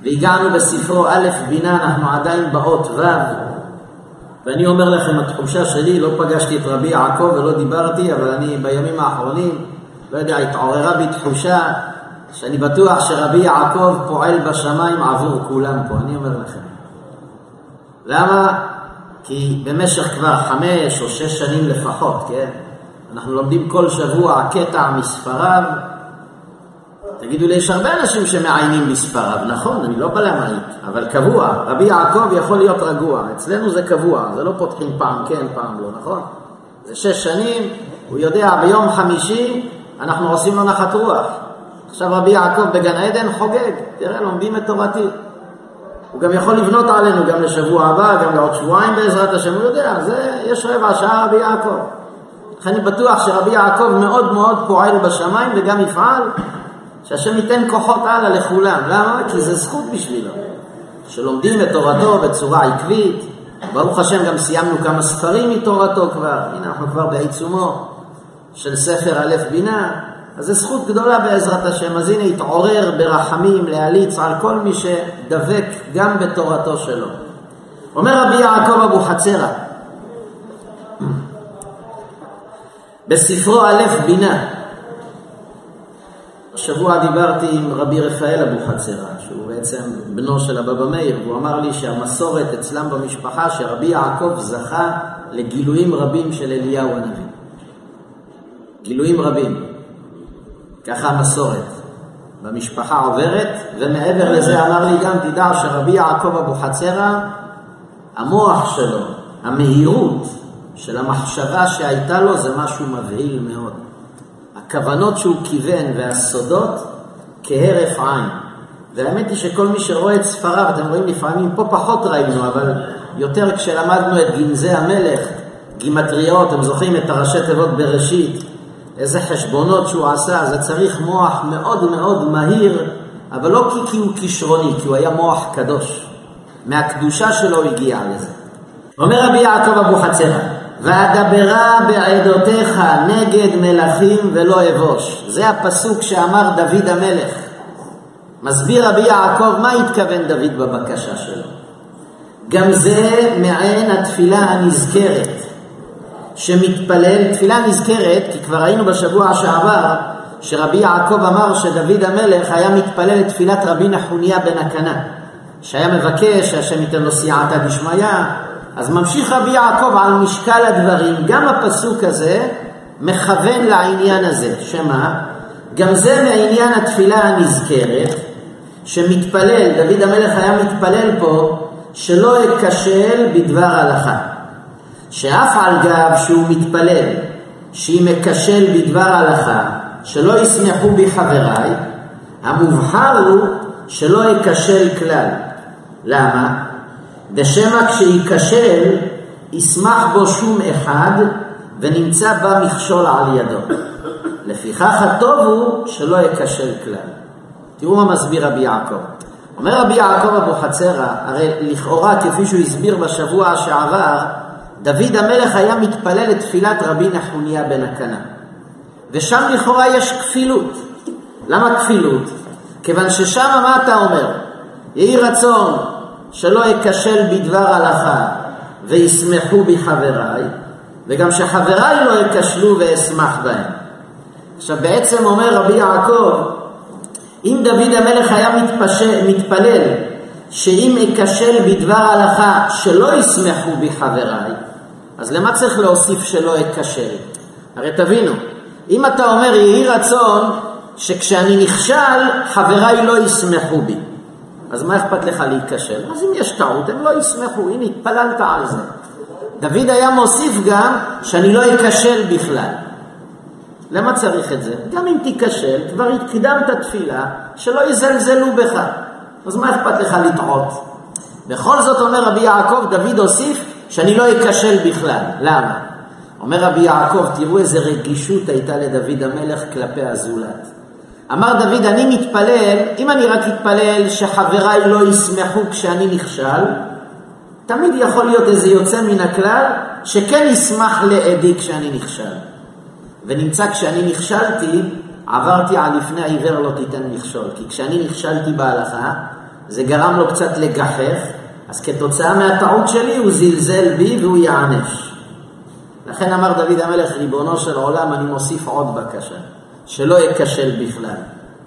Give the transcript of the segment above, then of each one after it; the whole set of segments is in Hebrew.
והגענו בספרו א' בינה, אנחנו עדיין באות ו', ואני אומר לכם, התחושה שלי, לא פגשתי את רבי יעקב ולא דיברתי, אבל אני בימים האחרונים, לא יודע, התעוררה בי תחושה שאני בטוח שרבי יעקב פועל בשמיים עבור כולם פה, אני אומר לכם. למה? כי במשך כבר 5 או 6 שנים לפחות, כן? אנחנו לומדים כל שבוע קטע מספריו. תגידו לי, יש הרבה אנשים שמעיינים מספריו, נכון? אני לא בא להמעיט, אבל קבוע. רבי יעקב יכול להיות רגוע, אצלנו זה קבוע, זה לא פותחים פעם כן, פעם לא, נכון? זה 6 שנים, הוא יודע, ביום חמישי אנחנו עושים לו נחת רוח. עכשיו רבי יעקב בגן עדן חוגג, תראה, לומדים את תורתי. הוא גם יכול לבנות עלינו גם לשבוע הבא, גם לעוד שבועיים בעזרת השם, הוא יודע, יש רבע שעה רבי יעקב. אני בטוח שרבי יעקב מאוד מאוד פועל בשמיים וגם יפעל, שהשם ייתן כוחות הלאה לכולם. למה? כי זה זכות בשבילו. שלומדים את תורתו בצורה עקבית, ברוך השם גם סיימנו כמה ספרים מתורתו כבר, הנה אנחנו כבר בעיצומו של ספר א' בינה, אז זה זכות גדולה בעזרת השם. אז הנה התעורר ברחמים להליץ על כל מי שדבק גם בתורתו שלו. אומר רבי יעקב אבוחצירא בספרו א' בינה, השבוע דיברתי עם רבי רפאל אבוחצירא, שהוא בעצם בנו של הבבא מאיר, והוא אמר לי שהמסורת אצלם במשפחה שרבי יעקב זכה לגילויים רבים של אליהו הנביא. גילויים רבים. ככה המסורת במשפחה עוברת, ומעבר לזה אמר לי גם, תדע שרבי יעקב אבוחצירא, המוח שלו, המהירות של המחשבה שהייתה לו, זה משהו מבהיל מאוד. הכוונות שהוא כיוון והסודות כהרף עין. והאמת היא שכל מי שרואה את ספריו, אתם רואים לפעמים, פה פחות ראינו, אבל יותר כשלמדנו את גנזי המלך, גימטריות, אתם זוכרים את הראשי תיבות בראשית, איזה חשבונות שהוא עשה, זה צריך מוח מאוד מאוד מהיר, אבל לא כי הוא כישרוני, כי הוא היה מוח קדוש. מהקדושה שלו הגיע לזה. אומר רבי יעקב אבוחצירא, ואדברה בעדותיך נגד מלכים ולא אבוש. זה הפסוק שאמר דוד המלך. מסביר רבי יעקב מה התכוון דוד בבקשה שלו. גם זה מעין התפילה הנזכרת. שמתפלל, תפילה נזכרת, כי כבר ראינו בשבוע שעבר שרבי יעקב אמר שדוד המלך היה מתפלל את תפילת רבי נחוניה בן הקנה, שהיה מבקש שהשם ייתן לו סייעתא דשמיא. אז ממשיך רבי יעקב על משקל הדברים, גם הפסוק הזה מכוון לעניין הזה, שמה? גם זה מעניין התפילה הנזכרת, שמתפלל, דוד המלך היה מתפלל פה, שלא יקשל בדבר הלכה. שאף על גב שהוא מתפלל, שהיא מקשל בדבר הלכה, שלא ישמחו בי חבריי, המובחר הוא שלא יקשל כלל. למה? דשמא כשיקשל, ישמח בו שום אחד, ונמצא בה מכשול על ידו. לפיכך הטוב הוא שלא יקשל כלל. תראו מה מסביר רבי יעקב. אומר רבי יעקב אבוחצירא, הרי לכאורה כפי שהוא הסביר בשבוע שעבר, דוד המלך היה מתפלל את תפילת רבי נחוניה בן הקנה. ושם לכאורה יש כפילות. למה כפילות? כיוון ששם מה אתה אומר? יהי רצון שלא יקשל בדבר הלכה וישמחו בי חבריי, וגם שחבריי לא יקשלו ואשמח בהם. עכשיו בעצם אומר רבי יעקב, אם דוד המלך היה מתפלל שאם יקשל בדבר הלכה שלא ישמחו בי חבריי, אז למה צריך להוסיף שלא יקשל? הרי תבינו, אם אתה אומר יהי רצון שכשאני נכשל חבריי לא ישמחו בי, אז מה אכפת לך להיקשל? אז אם יש טעות הם לא ישמחו, הנה התפללת על זה. דוד היה מוסיף גם שאני לא יקשל בכלל. למה צריך את זה? גם אם תיקשל, כבר התקדמת תפילה, שלא יזלזלו בך. אז מה אכפת לך לטעות? בכל זאת אומר רבי יעקב, דוד הוסיף שאני לא יקשל בכלל. למה? אומר רבי יעקב, תראו איזה רגישות הייתה לדוד המלך כלפי הזולת. אמר דוד, אני מתפלל, אם אני רק אתפלל שחבריי לא ישמחו כשאני נכשל, תמיד יכול להיות איזה יוצא מן הכלל שכן ישמח לעדי כשאני נכשל. ונמצא כשאני נכשלתי, עברתי על לפני העיוור לא תיתן מכשול. כי כשאני נכשלתי בהלכה, זה גרם לו קצת לגחך, אז כתוצאה מהטעות שלי הוא זלזל בי והוא יענש. לכן אמר דוד המלך, ריבונו של עולם, אני מוסיף עוד בקשה, שלא יקשל בכלל.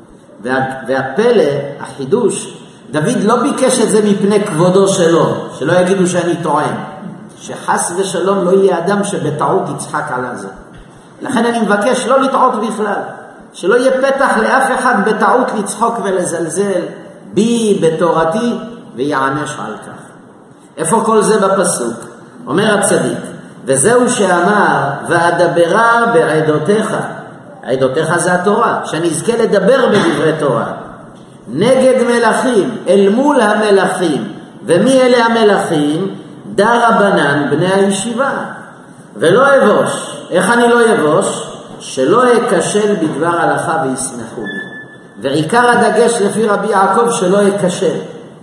והפלא, החידוש, דוד לא ביקש את זה מפני כבודו שלו, שלא יגידו שאני טוען, שחס ושלום לא יהיה אדם שבטעות יצחק על זה. לכן אני מבקש לא לטעות בכלל, שלא יהיה פתח לאף אחד בטעות לצחוק ולזלזל בי, בתורתי, ויענש על כך. איפה כל זה בפסוק? אומר הצדיק, וזהו שאמר, ואדברה בעדותיך. עדותיך זה התורה, שאני אזכה לדבר בדברי תורה. נגד מלכים, אל מול המלכים. ומי אלה המלכים? דרבנן בני הישיבה. ולא אבוש. איך אני לא אבוש? שלא אקשל בדבר הלכה וישמחו בי. ועיקר הדגש לפי רבי יעקב שלא אקשל.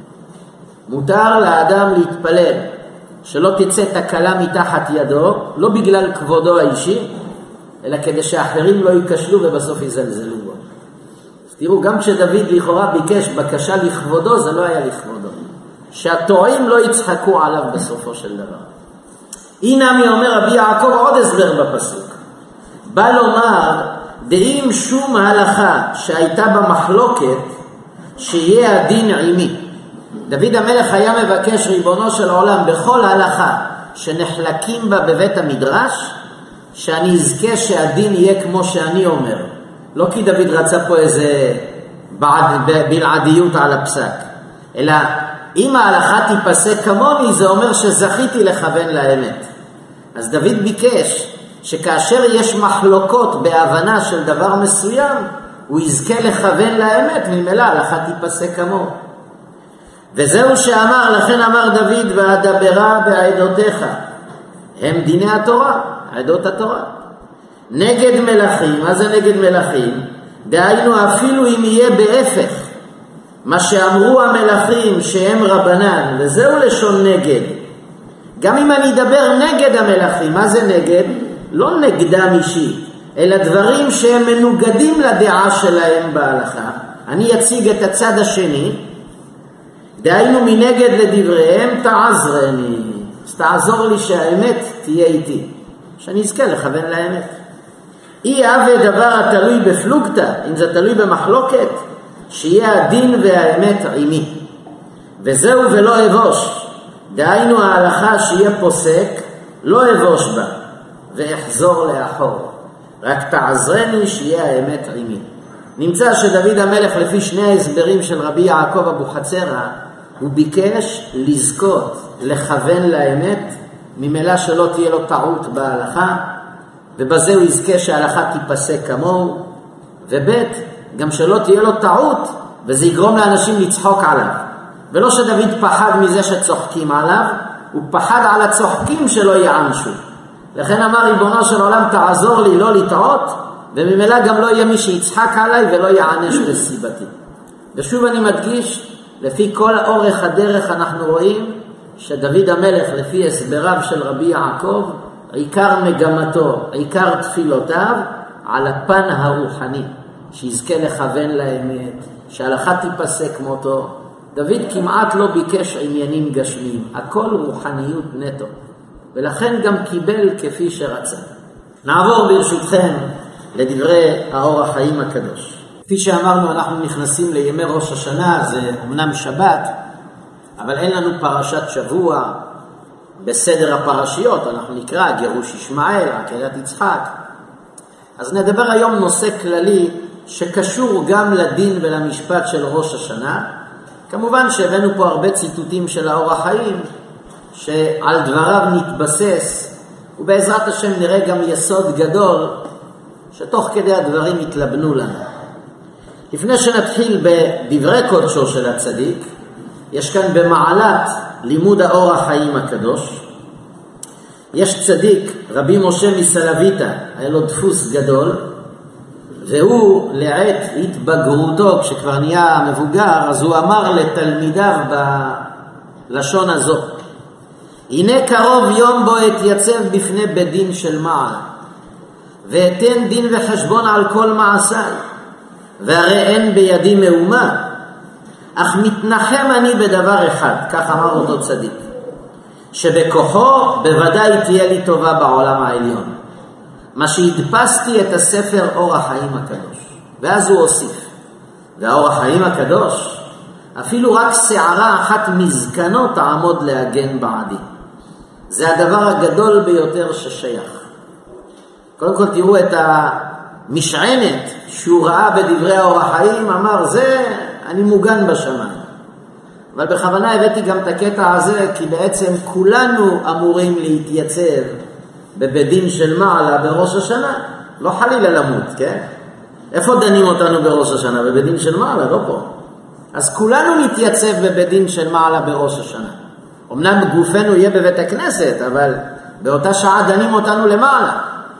מותר לאדם להתפלל, שלא תצא תקלה מתחת ידו, לא בגלל כבודו האישי, אלא כדי שאחרים לא יקשלו ובסוף יזלזלו בו. אז תראו, גם כשדוד לכאורה ביקש בקשה לכבודו, זה לא היה לכבודו. שהטועים לא יצחקו עליו בסופו של דבר. הנה מי אומר רבי יעקב עוד הסבר בפסוק. בא לומר, דאם שום ההלכה שהייתה במחלוקת, שיהיה הדין עימי. דוד המלך היה מבקש ריבונו של עולם בכל הלכה שנחלקים בה בבית המדרש, שאני אזכה שהדין יהיה כמו שאני אומר. לא כי דוד רצה פה איזה בלעדיות על הפסק, אלא אם ההלכה תיפסק כמוני, זה אומר שזכיתי לכוון לאמת. אז דוד ביקש שכאשר יש מחלוקות בהבנה של דבר מסוים, הוא יזכה לכוון לאמת, ממילא ההלכה תיפסק כמוהו. וזהו שאמר, לכן אמר דוד, ואדברה בעדותיך. הם דיני התורה, עדות התורה. נגד מלכים, מה זה נגד מלכים? דהיינו אפילו אם יהיה בהפך, מה שאמרו המלכים שהם רבנן, וזהו לשון נגד. גם אם אני אדבר נגד המלכים, מה זה נגד? לא נגדם אישי, אלא דברים שהם מנוגדים לדעה שלהם בהלכה. אני אציג את הצד השני, דהיינו מנגד לדבריהם תעזרני. אז תעזור לי שהאמת תהיה איתי, שאני אזכה לכוון לאמת. אי אהבה דבר התלוי בפלוגתא, אם זה תלוי במחלוקת, שיהיה הדין והאמת עימי. וזהו ולא אבוש, דהיינו ההלכה שיהיה פוסק, לא אבוש בה, ואחזור לאחור. רק תעזרני שיהיה האמת עימי. נמצא שדוד המלך לפי שני ההסברים של רבי יעקב אבוחצירא, הוא ביקש לזכות, לכוון לאמת, ממילא שלא תהיה לו טעות בהלכה, ובזה הוא יזכה שההלכה תיפסק כמוהו, ובית, גם שלא תהיה לו טעות, וזה יגרום לאנשים לצחוק עליו. ולא שדוד פחד מזה שצוחקים עליו, הוא פחד על הצוחקים שלא יענשו. לכן אמר ריבונו של עולם, תעזור לי לא לטעות, וממילא גם לא יהיה מי שיצחק עליי ולא יענש בסיבתי. ושוב אני מדגיש, לפי כל אורך הדרך אנחנו רואים שדוד המלך לפי הסבריו של רבי יעקב, עיקר מגמתו, עיקר תפילותיו על הפן הרוחני, שיזכה לכוון לאמת, שההלכה תיפסק כמותו. דוד כמעט לא ביקש עניינים גשמיים, הכל רוחניות נטו, ולכן גם קיבל כפי שרצה. נעבור ברשותכם לדברי האור החיים הקדוש. כפי שאמרנו, אנחנו נכנסים לימי ראש השנה, זה אמנם שבת, אבל אין לנו פרשת שבוע בסדר הפרשיות. אנחנו נקרא גירוש ישמעאל, עקדת יצחק. אז נדבר היום נושא כללי שקשור גם לדין ולמשפט של ראש השנה. כמובן שהבאנו פה הרבה ציטוטים של האור החיים, שעל דבריו נתבסס, ובעזרת השם נראה גם יסוד גדול, שתוך כדי הדברים יתלבנו לנו. לפני שנתחיל בדברי קודשו של הצדיק, יש כאן במעלת לימוד האור החיים הקדוש, יש צדיק, רבי משה מסלוויתא, היה לו דפוס גדול, והוא לעת התבגרותו, כשכבר נהיה מבוגר, אז הוא אמר לתלמידיו בלשון הזו, הנה קרוב יום בו אתייצב בפני בית דין של מעל, ואתן דין וחשבון על כל מעשיי, והרי אין בידי מאומה, אך מתנחם אני בדבר אחד, כך אמר אותו צדיק, שבכוחו בוודאי תהיה לי טובה בעולם העליון, מה שהדפסתי את הספר אור החיים הקדוש. ואז הוא הוסיף, והאור החיים הקדוש, אפילו רק שערה אחת מזקנו תעמוד להגן בעדי. זה הדבר הגדול ביותר ששייך. קודם כל תראו את המשענת שהוא ראה בדברי האור החיים, אמר זה אני מוגן בשמיים. אבל בכוונה הבאתי גם את הקטע הזה, כי בעצם כולנו אמורים להתייצב בבית דין של מעלה בראש השנה, לא חלילה למות, כן? איפה דנים אותנו בראש השנה? בבית דין של מעלה, לא פה. אז כולנו נתייצב בבית דין של מעלה בראש השנה. אמנם גופנו יהיה בבית הכנסת, אבל באותה שעה דנים אותנו למעלה.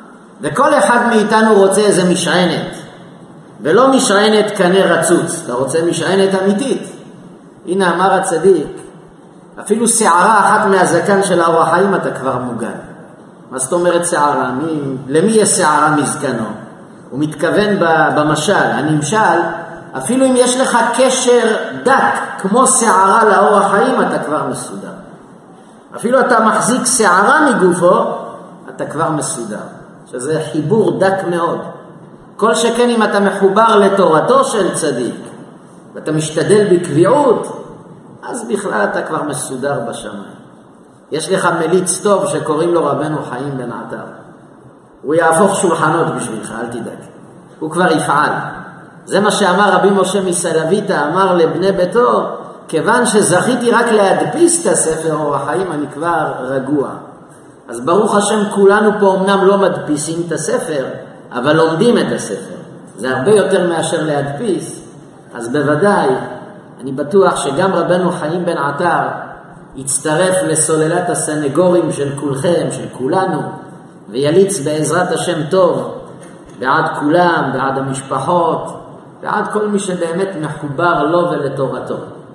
וכל אחד מאיתנו רוצה איזה משענת, ולא משענת קנה רצוץ, אתה רוצה משענת אמיתית. הנה אמר הצדיק, אפילו שערה אחת מהזקן של האור החיים אתה כבר מוגן. מה זאת אומרת שערה? למי יש שערה מזקנו? הוא מתכוון במשל, הנמשל, אפילו אם יש לך קשר דק כמו שערה לאור החיים אתה כבר מסודר. אפילו אתה מחזיק שערה מגופו אתה כבר מסודר, שזה חיבור דק מאוד. כל שכן אם אתה מחובר לתורתו של צדיק ואתה משתדל בקביעות, אז בכלל אתה כבר מסודר בשמיים. יש לך מליץ טוב שקוראים לו רבנו חיים בן עטר, הוא יהפוך שולחנות בשבילך, אל תדאג, הוא כבר יפעל. זה מה שאמר רבי משה מסלוויטה, אמר לבני ביתו, כיוון שזכיתי רק להדפיס את הספר אור החיים אני כבר רגוע. אז ברוך השם כולנו פה אמנם לא מדפיסים את הספר, אבל לומדים את הספר, זה הרבה יותר מאשר להדפיס. אז בוודאי אני בטוח שגם רבנו חיים בן עטר יצטרף לסוללת הסנגורים של כולכם, של כולנו, ויליץ בעזרת השם טוב בעד כולם, בעד המשפחות, בעד כל מי שבאמת מחובר לו ולתורתו.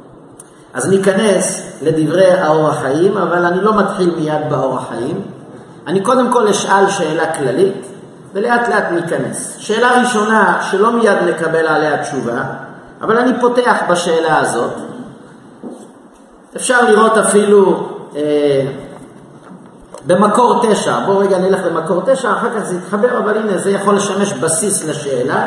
אז ניכנס לדברי האור החיים, אבל אני לא מתחיל מיד באור החיים. אני קודם כל אשאל שאלה כללית, ולאט לאט ניכנס. שאלה ראשונה שלא מיד נקבל עליה תשובה, אבל אני פותח בשאלה הזאת. אפשר לראות אפילו במקור 9, בואו רגע נלך למקור 9, אחר כך זה יתחבר, אבל הנה זה יכול לשמש בסיס לשאלה.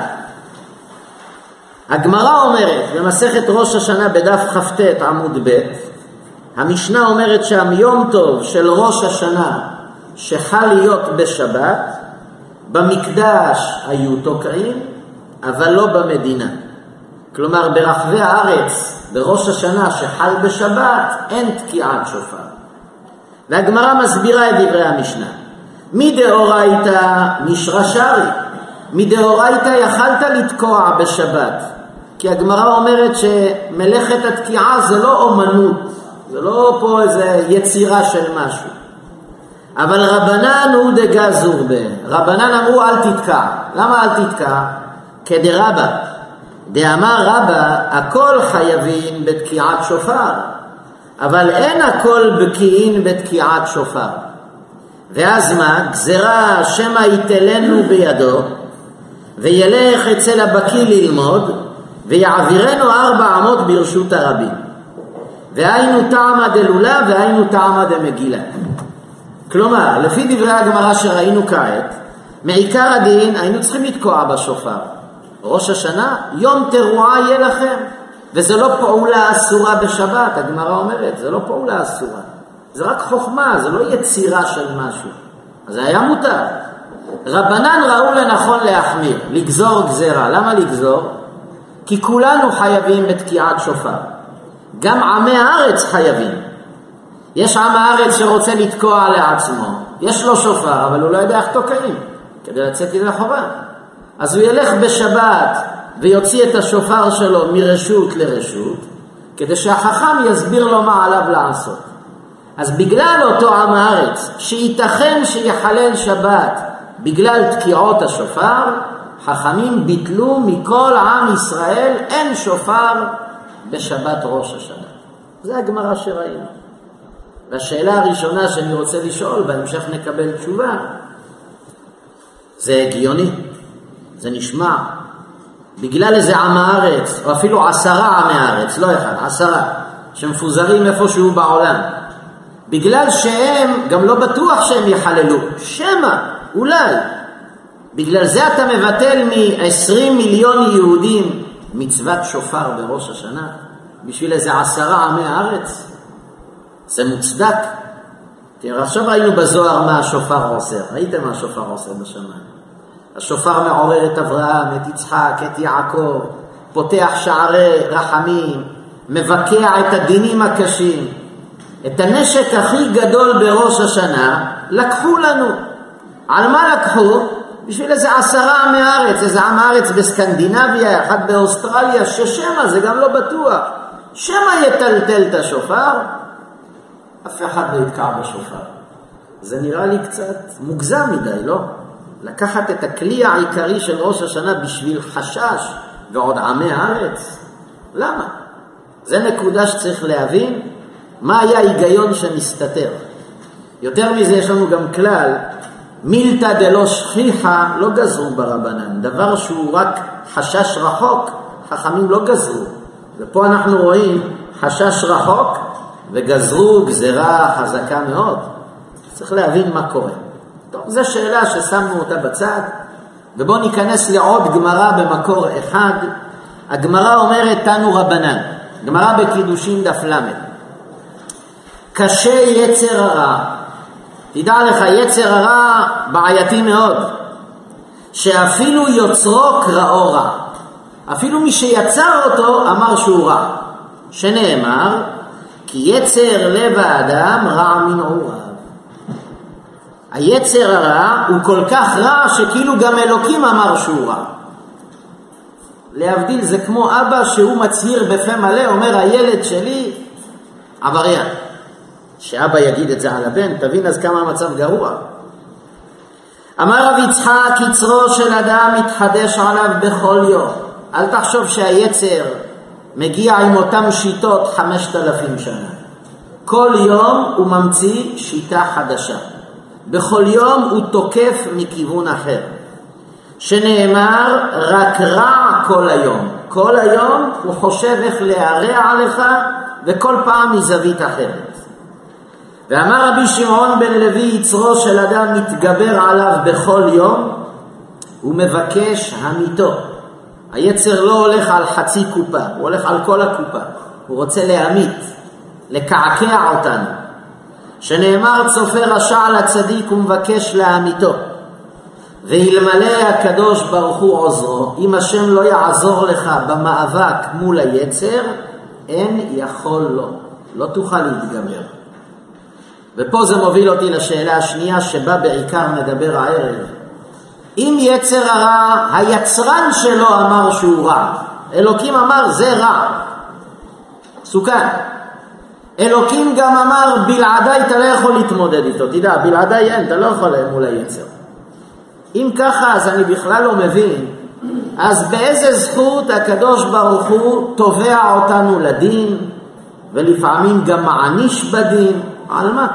הגמרא אומרת במסכת ראש השנה בדף כ"ט עמוד ב', המשנה אומרת שם יום טוב של ראש השנה שחל להיות בשבת, במקדש היו תוקעים, אבל לא במדינה. כלומר ברחבי הארץ בראש השנה שחל בשבת אין תקיעת שופר. והגמרא מסבירה את דברי המשנה. מדאורייתא מישרא שרי, מדאורייתא יכלת לתקוע בשבת, כי הגמרא אומרת שמלאכת התקיעה זה לא אומנות, זה לא פה איזה יצירה של משהו. אבל רבנן הוא דגזור בה, רבנן אמרו אל תתקע. למה אל תתקע? כדרבא דאמר רבא הכל חייבים בתקיעת שופר, אבל אין הכל בקיעין בתקיעת שופר. ואז מה? גזרה שמא יתלנו בידו וילך אצל הבקי ללמוד ויעבירנו 400 ברשות הרבים, והיינו טעמה דלולה והיינו טעמה דמגילה. כלומר לפי דברי הגמרא שראינו כעת, מעיקר הדין היינו צריכים לתקוע בשופר. ראש השנה יום תרועה יהיה לכם, וזה לא פעולה אסורה בשבת. הגמרא אומרת זה לא פעולה אסורה, זה רק חוכמה, זה לא יצירה של משהו, אז זה היה מותר. רבנן ראו לנכון להחמיר, לגזור גזרה. למה לגזור? כי כולנו חייבים בתקיעת שופר, גם עמי הארץ חייבים. יש עם הארץ שרוצה לתקוע לעצמו, יש לו שופר אבל הוא לא יודע איך תוקעים כדי לצאת ידי חובה, אז הוא ילך בשבת ויוציא את השופר שלו מרשות לרשות, כדי שהחכם יסביר לו מה עליו לעשות. אז בגלל אותו עם הארץ שייתכן שיחלל שבת בגלל תקיעות השופר, חכמים ביטלו מכל עם ישראל אין שופר בשבת ראש השנה. זה הגמרא שראינו. והשאלה הראשונה שאני רוצה לשאול, בהמשך נקבל תשובה, זה הגיוני, זה נשמע, בגלל איזה עם הארץ, או אפילו 10 עמי הארץ, לא אחד, 10, שמפוזרים איפשהו בעולם, בגלל שהם, גם לא בטוח שהם יחללו, שמה, אולי, בגלל זה אתה מבטל מ-20 מיליון יהודים מצוות שופר בראש השנה, בשביל איזה 10 עמי הארץ? זה מוצדק. תראה, עכשיו ראינו בזוהר מה השופר עושה. ראיתם מה השופר עושה בשמיים? השופר מעורר את אברהם, את יצחק, את יעקב, פותח שערי רחמים, מבקע את הדינים הקשים. את הנשק הכי גדול בראש השנה לקחו לנו. על מה לקחו? בשביל איזה 10 עמי הארץ, איזה עם הארץ בסקנדינביה, אחד באוסטרליה, ששמה זה גם לא בטוח. שמה יטלטל את השופר? אף אחד לא יתקע בשופר. זה נראה לי קצת מוגזם מדי, לא? לקחת את הכלי העיקרי של ראש השנה בשביל חשש ועוד עמי הארץ? למה? זה נקודה שצריך להבין מה היה ההיגיון שמסתתר. יותר מזה יש לנו גם כלל, מילתא דלא שכיחא לא גזרו ברבנן. דבר שהוא רק חשש רחוק, חכמים לא גזרו. ופה אנחנו רואים חשש רחוק וגזרו גזרה חזקה מאוד. צריך להבין מה קורה. טוב, זו שאלה ששמנו אותה בצד, ובואו ניכנס לעוד גמרא במקור אחד. הגמרא אומרת תנו רבנן, גמרא בקידושין דף למד. קשה יצר הרע. תדע לך, יצר הרע בעייתי מאוד, שאפילו יוצרו קראו רע. אפילו מי שיצר אותו אמר שהוא רע. שנאמר, כי יצר לב האדם רע מנעוריו. היצר הרע הוא כל כך רע שכאילו גם אלוקים אמר שהוא רע. להבדיל, זה כמו אבא שהוא מצהיר בפה מלא, אומר הילד שלי עבריין. שאבא יגיד את זה על הבן, תבין אז כמה המצב גרוע. אמר רב יצחק, יצרו של אדם מתחדש עליו בכל יום. אל תחשוב שהיצר מגיע עם אותם שיטות 5,000 שנה. כל יום הוא ממציא שיטה חדשה. בכל יום הוא תוקף מכיוון אחר. שנאמר, רק רע כל היום. כל היום הוא חושב איך להרע עליך, וכל פעם מזווית אחרת. ואמר רבי שמעון בן לוי, יצרו של אדם מתגבר עליו בכל יום, הוא מבקש המיתו. היצר לא הולך על חצי קופה, הוא הולך על כל הקופה. הוא רוצה להמית, לקעקע אותנו. שנאמר, צופה רשע על הצדיק ומבקש להמיתו. ואלמלא הקדוש ברוך הוא עוזרו, אם השם לא יעזור לך במאבק מול היצר, אין יכול לו, לא תוכל להתגבר. ופה זה מוביל אותי לשאלה השנייה שבה בעיקר נדבר הערב. אם יצר הרע, היצרן שלו אמר שהוא רע, אלוקים אמר זה רע, סוכן. אלוקים גם אמר בלעדיי אתה לא יכול להתמודד איתו, תדע, בלעדיי אין, אתה לא יכול מול היצר. אם ככה, אז אני בכלל לא מבין, אז באיזה זכות הקדוש ברוך הוא תובע אותנו לדין, ולפעמים גם מעניש בדין? על מה?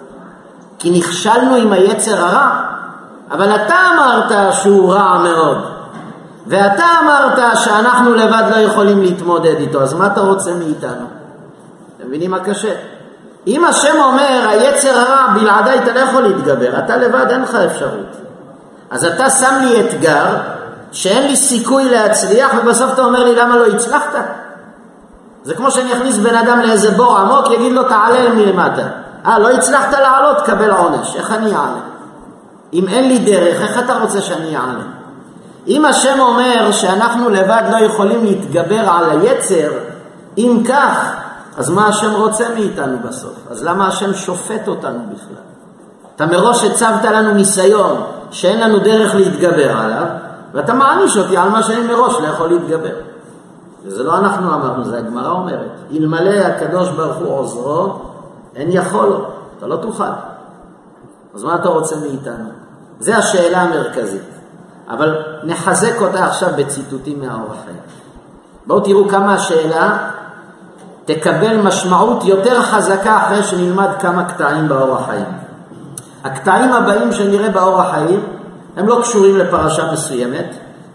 כי נכשלנו עם היצר הרע, אבל אתה אמרת שהוא רע מאוד, ואתה אמרת שאנחנו לבד לא יכולים להתמודד איתו, אז מה אתה רוצה מאיתנו? אתם מבינים מה קשה? אם השם אומר, היצר הרע בלעדיי אתה לא יכול להתגבר, אתה לבד אין לך אפשרות. אז אתה שם לי אתגר שאין לי סיכוי להצליח, ובסוף אתה אומר לי למה לא הצלחת? זה כמו שאני אכניס בן אדם לאיזה בור עמוק, יגיד לו תעלה מלמטה. לא הצלחת לעלות, קבל עונש. איך אני אעלה? אם אין לי דרך, איך אתה רוצה שאני אעלה? אם השם אומר שאנחנו לבד לא יכולים להתגבר על היצר, אם כך, אז מה השם רוצה מאיתנו בסוף? אז למה השם שופט אותנו בכלל? אתה מראש הצבת לנו ניסיון שאין לנו דרך להתגבר עליו, ואתה מעניש אותי על מה שאני מראש לא יכול להתגבר. וזה לא אנחנו אמרנו, זה הגמרא אומרת. אלמלא הקדוש ברוך הוא עוזרו, אין יכול לו, אתה לא תוכל. אז מה אתה רוצה מאיתנו? זה השאלה המרכזית. אבל נחזק אותה עכשיו בציטוטים מהאור החיים. בואו תראו כמה השאלה תקבל משמעות יותר חזקה אחרי שנלמד כמה קטעים באור החיים. הקטעים הבאים שנראה באור החיים הם לא קשורים לפרשה מסוימת,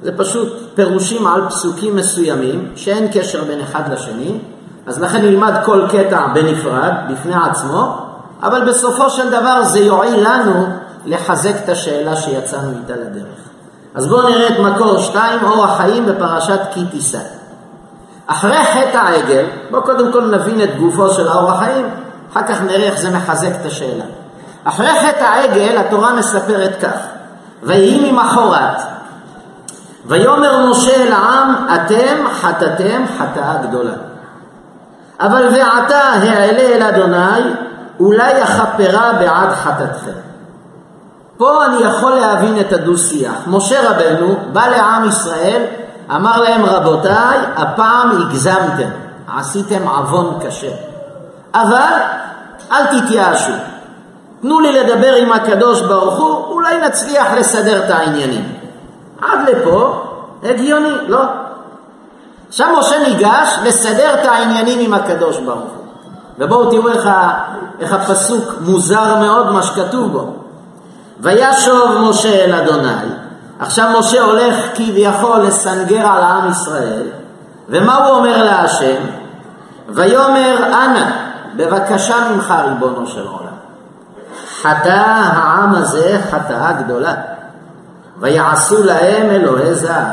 זה פשוט פירושים על פסוקים מסוימים שאין קשר בין אחד לשני, אז לכן נלמד כל קטע בנפרד, בפני עצמו, אבל בסופו של דבר זה יועיל לנו לחזק את השאלה שיצאנו איתה לדרך. אז בואו נראה את מקור 2, אור החיים בפרשת כי תישא. אחרי חטא העגל, בואו קודם כל נבין את גופו של אור החיים, אחר כך נראה איך זה מחזק את השאלה. אחרי חטא העגל התורה מספרת כך, ויהי ממחרת, ויאמר משה אל העם, אתם חטאתם חטאה גדולה. אבל ועתה העלה אל אדוני, אולי יכפרה בעד חטאתכם. פה אני יכול להבין את הדו-שיח. משה רבנו בא לעם ישראל, אמר להם, רבותיי, הפעם הגזמתם, עשיתם עוון קשה. אבל אל תתייאשו. תנו לי לדבר עם הקדוש ברוך הוא, אולי נצליח לסדר את העניינים. עד לפה, הגיוני, לא? עכשיו משה ניגש לסדר את העניינים עם הקדוש ברוך הוא. ובואו תראו איך הפסוק מוזר מאוד מה שכתוב בו. וישוב משה אל אדוני. עכשיו משה הולך כביכול לסנגר על העם ישראל. ומה הוא אומר להשם? ויאמר אנא, בבקשה ממך ריבונו של עולם. חטא העם הזה חטאה גדולה. ויעשו להם אלוהי זהב.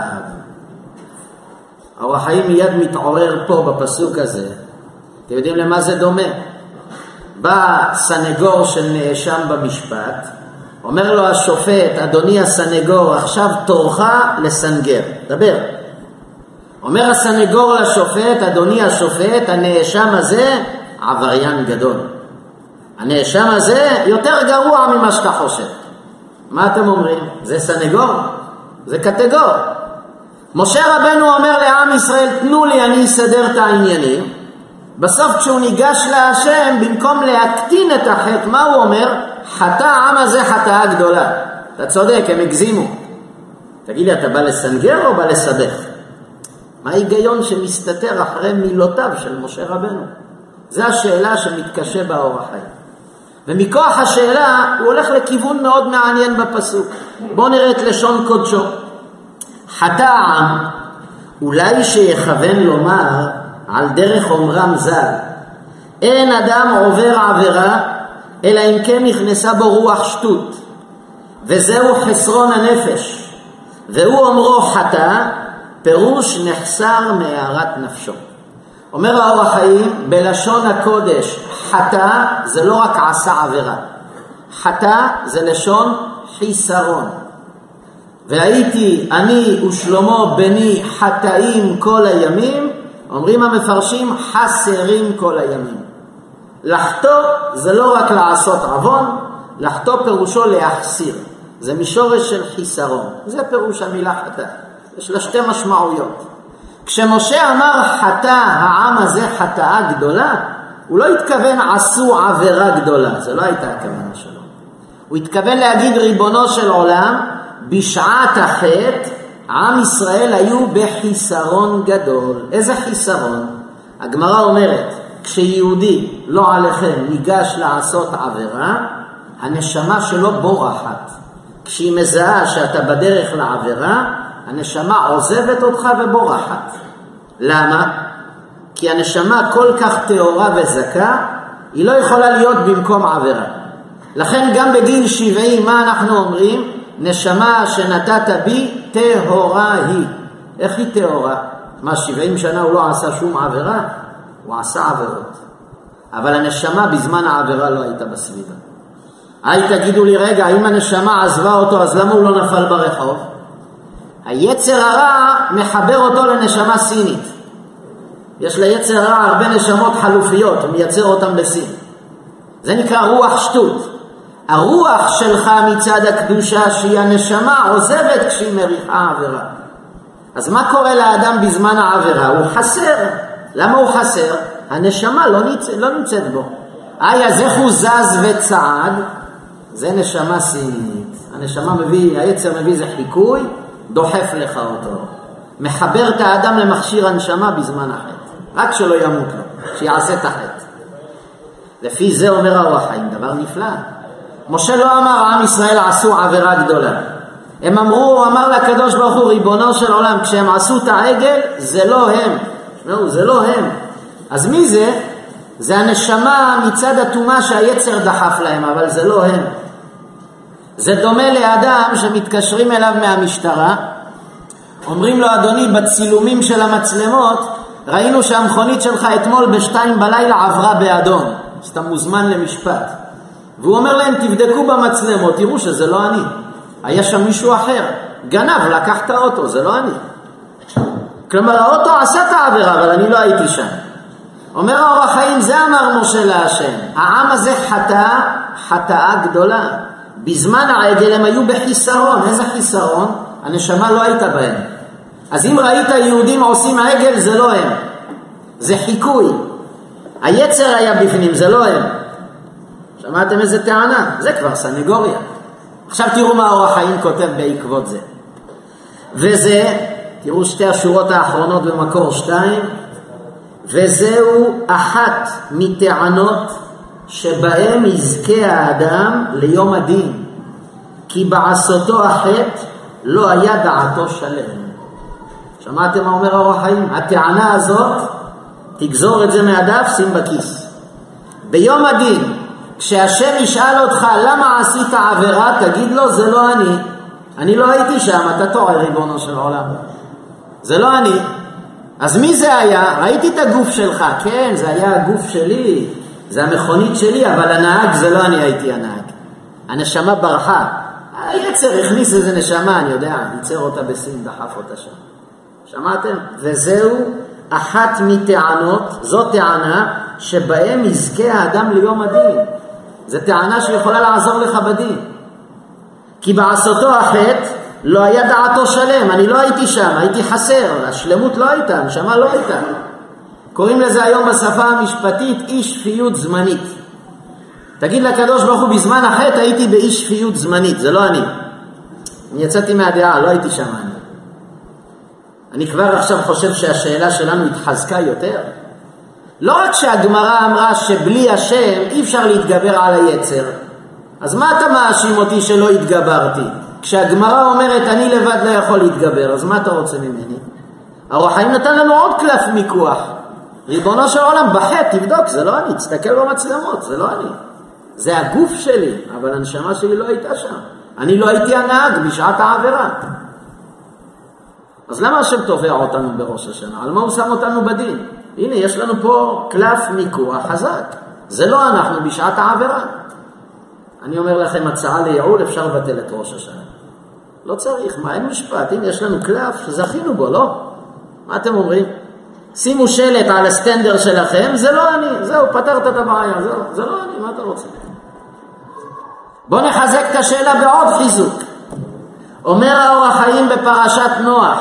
האור החיים מיד מתעורר פה בפסוק הזה. אתם יודעים למה זה דומה? בא סנגור של נאשם במשפט, אומר לו השופט, אדוני הסנגור, עכשיו תורך לסנגר, דבר. אומר הסנגור לשופט, אדוני השופט, הנאשם הזה עבריין גדול. הנאשם הזה יותר גרוע ממה שאתה חושב. מה אתם אומרים? זה סנגור? זה קטגור. משה רבנו אומר לעם ישראל, תנו לי, אני אסדר את העניינים. בסוף כשהוא ניגש להשם, במקום להקטין את החטא, מה הוא אומר? חטא העם הזה חטאה גדולה. אתה צודק, הם הגזימו. תגיד לי, אתה בא לסנגר או בא לסדך? מה ההיגיון שמסתתר אחרי מילותיו של משה רבנו? זו השאלה שמתקשה באור החיים. ומכוח השאלה הוא הולך לכיוון מאוד מעניין בפסוק. בואו נראה את לשון קודשו. חטא העם, אולי שיכוון לומר על דרך אומרם ז"ל, אין אדם עובר עבירה אלא אם כן נכנסה בו רוח שטות, וזהו חסרון הנפש, והוא אומרו חטא, פירוש נחסר מהארת נפשו. אומר האור החיים, בלשון הקודש, חטא זה לא רק עשה עבירה, חטא זה לשון חיסרון. והייתי אני ושלמה בני חטאים כל הימים, אומרים המפרשים חסרים כל הימים. לחטוא זה לא רק לעשות עוון, לחטוא פירושו להחסיר. זה משורש של חיסרון. זה פירוש המילה חטא. יש לה שתי משמעויות. כשמשה אמר חטא העם הזה חטאה גדולה, הוא לא התכוון עשו עבירה גדולה. זה לא הייתה הכוונה שלו. הוא התכוון להגיד ריבונו של עולם, בשעת החטא עם ישראל היו בחיסרון גדול. איזה חיסרון? הגמרא אומרת, כשיהודי, לא עליכם, ניגש לעשות עבירה, הנשמה שלו בורחת. כשהיא מזהה שאתה בדרך לעבירה, הנשמה עוזבת אותך ובורחת. למה? כי הנשמה כל כך טהורה וזכה, היא לא יכולה להיות במקום עבירה. לכן גם בגיל 70, מה אנחנו אומרים? נשמה שנתת בי, טהורה היא. איך היא טהורה? מה, 70 שנה הוא לא עשה שום עבירה? הוא עשה עבירות. אבל הנשמה בזמן העבירה לא הייתה בסביבה. אל תגידו לי, רגע, אם הנשמה עזבה אותו, אז למה הוא לא נפל ברחוב? היצר הרע מחבר אותו לנשמה סינית. יש ליצר הרע הרבה נשמות חלופיות, הוא מייצר אותם בסין. זה נקרא רוח שטות. הרוח שלך מצד הקדושה שהיא הנשמה עוזבת כשהיא מריחה עבירה. אז מה קורה לאדם בזמן העבירה? הוא חסר. למה הוא חסר? הנשמה לא נמצאת בו. אז איך הוא זז וצעד? זה נשמה סינית. הנשמה היצר מביא זה חיקוי, דוחף לך אותו. מחבר את האדם למכשיר הנשמה בזמן החטא. רק שלא ימות לו, שיעשה את החטא. לפי זה אומר האור החיים, דבר נפלא. משה לא אמר עם ישראל עשו עבירה גדולה, הם אמרו, הוא אמר לקדוש ברוך הוא, ריבונו של עולם, כשהם עשו את העגל, זה לא הם. זה לא הם. אז מי זה? זה הנשמה מצד התומה שהיצר דחף להם, אבל זה לא הם. זה דומה לאדם שמתקשרים אליו מהמשטרה, אומרים לו, אדוני, בצילומים של המצלמות, ראינו שהמכונית שלך אתמול ב2 בלילה עברה באדום, אז אתה מוזמן למשפט. והוא אומר להם, תבדקו במצלמות, תראו שזה לא אני. היה שם מישהו אחר, גנב, לקח את האוטו, זה לא אני. כלומר, האוטו עשה את העבירה, אבל אני לא הייתי שם. אומר האור החיים, זה אמר משה להשם, העם הזה חטאה גדולה. בזמן העגל הם היו בחיסרון. איזה חיסרון? הנשמה לא הייתה בהם. אז אם ראית יהודים עושים עגל, זה לא הם. זה חיקוי. היצר היה בפנים, זה לא הם. שמעתם איזה טענה? זה כבר סנגוריה. עכשיו תראו מה האור החיים כותב בעקבות זה. וזה, תראו שתי השורות האחרונות במקור 2, וזהו אחת מטענות שבהם יזכה האדם ליום הדין, כי בעשותו החטא לא היה דעתו שלם. שמעתם מה אומר האור החיים? הטענה הזאת, תגזור את זה מהדף, שים בכיס. ביום הדין, כשהשם ישאל אותך למה עשית עבירה, תגיד לו, זה לא אני לא הייתי שם, אתה טועה ריבונו של עולם, זה לא אני. אז מי זה היה? ראיתי את הגוף שלך. כן, זה היה הגוף שלי, זה המכונית שלי, אבל הנהג זה לא אני הייתי הנהג. הנשמה ברחה. היצר הכניס איזה נשמה, אני יודע, ייצר אותה בסין, דחף אותה שם. שמעתם? וזהו אחת מטענות, זו טענה שבהם יזכה האדם ליום הדין. זו טענה שיכולה לעזור לך בדין. כי בעשותו החטא לא היה דעתו שלם, אני לא הייתי שם, הייתי חסר, השלמות לא הייתה, הנשמה לא הייתה. קוראים לזה היום בשפה המשפטית אי שפיות זמנית. תגיד לקדוש ברוך הוא, בזמן החטא הייתי באי שפיות זמנית, זה לא אני יצאתי מהדעה, לא הייתי שם אני כבר עכשיו חושב שהשאלה שלנו התחזקה יותר. לא רק שהגמרא אמרה שבלי השם אי אפשר להתגבר על היצר, אז מה אתה מאשים אותי שלא התגברתי? כשהגמרא אומרת אני לבד לא יכול להתגבר, אז מה אתה רוצה ממני? האור החיים נתן לנו עוד קלף מיקוח. ריבונו של עולם, בחטא, תבדוק, זה לא אני, תסתכל במצלמות, זה לא אני. זה הגוף שלי, אבל הנשמה שלי לא הייתה שם. אני לא הייתי הנהג בשעת העבירה. אז למה השם תובע אותנו בראש השנה? על מה הוא שם אותנו בדין? הנה, יש לנו פה קלף מיקוח חזק. זה לא אנחנו בשעת העבירה. אני אומר לכם, הצעה לייעול, אפשר לבטל את ראש השנה. לא צריך, מה, אין משפט. הנה, יש לנו קלף שזכינו בו, לא? מה אתם אומרים? שימו שלט על הסטנדר שלכם, זה לא אני. זהו, פתרת את הבעיה, זהו, זה לא אני, מה אתה רוצה? בוא נחזק את השאלה בעוד חיזוק. אומר האור החיים בפרשת נוח,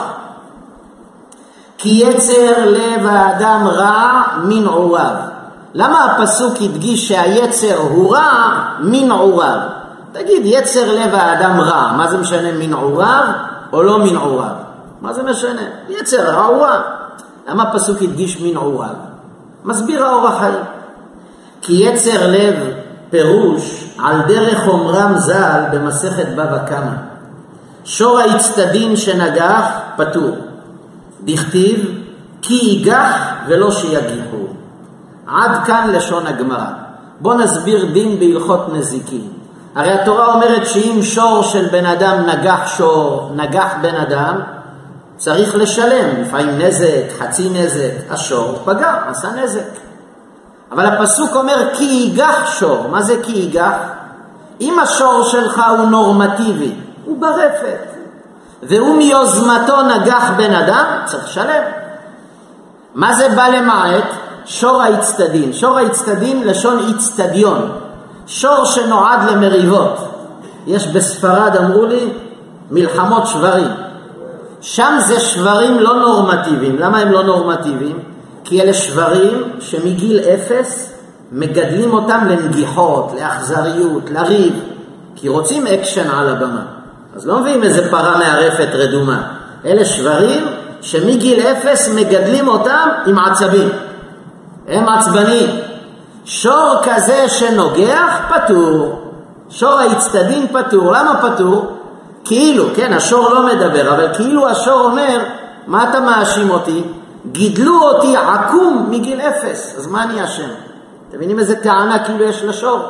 כי יצר לב האדם רע מנעוריו. למה הפסוק הדגיש שהיצר הוא רע מנעוריו? תגיד, יצר לב האדם רע, מה זה משנה מנעוריו או לא מנעוריו? מה זה משנה? יצר רע הוא רע. למה הפסוק הדגיש מנעוריו? מסביר האור החיים, כי יצר לב פירוש על דרך אומרם ז"ל במסכת בבא קמא, שור האצטדין שנגח פטור, דכתיב כי ייגח ולא שיגיחו. עד כאן לשון הגמרא. בוא נסביר דין בהלכות נזיקין. הרי התורה אומרת שאם שור של בן אדם נגח שור, נגח בן אדם, צריך לשלם, לפעמים נזק, חצי נזק. השור פגע, עשה נזק. אבל הפסוק אומר כי ייגח שור. מה זה כי ייגח? אם השור שלך הוא נורמטיבי, הוא ברפת, והוא מיוזמתו נגח בן אדם, צריך לשלם. מה זה בא למעט? שור האצטדין. שור האצטדין לשון אצטדיון, שור שנועד למריבות. יש בספרד, אמרו לי, מלחמות שברים. שם זה שברים לא נורמטיביים. למה הם לא נורמטיביים? כי אלה שברים שמגיל 0 מגדלים אותם לנגיחות, לאכזריות, לריב, כי רוצים אקשן על הבמה. אז לא מביאים איזה פרה מערפת רדומה. אלה שברים שמגיל 0 מגדלים אותם עם עצבים. הם עצבנים. שור כזה שנוגח פטור. שור האצטדין פטור. למה פטור? כאילו, כן, השור לא מדבר, אבל כאילו השור אומר, מה אתה מאשים אותי? גידלו אותי עקום מגיל 0, אז מה אני אשם? אתם מבינים איזה טענה כאילו יש לשור?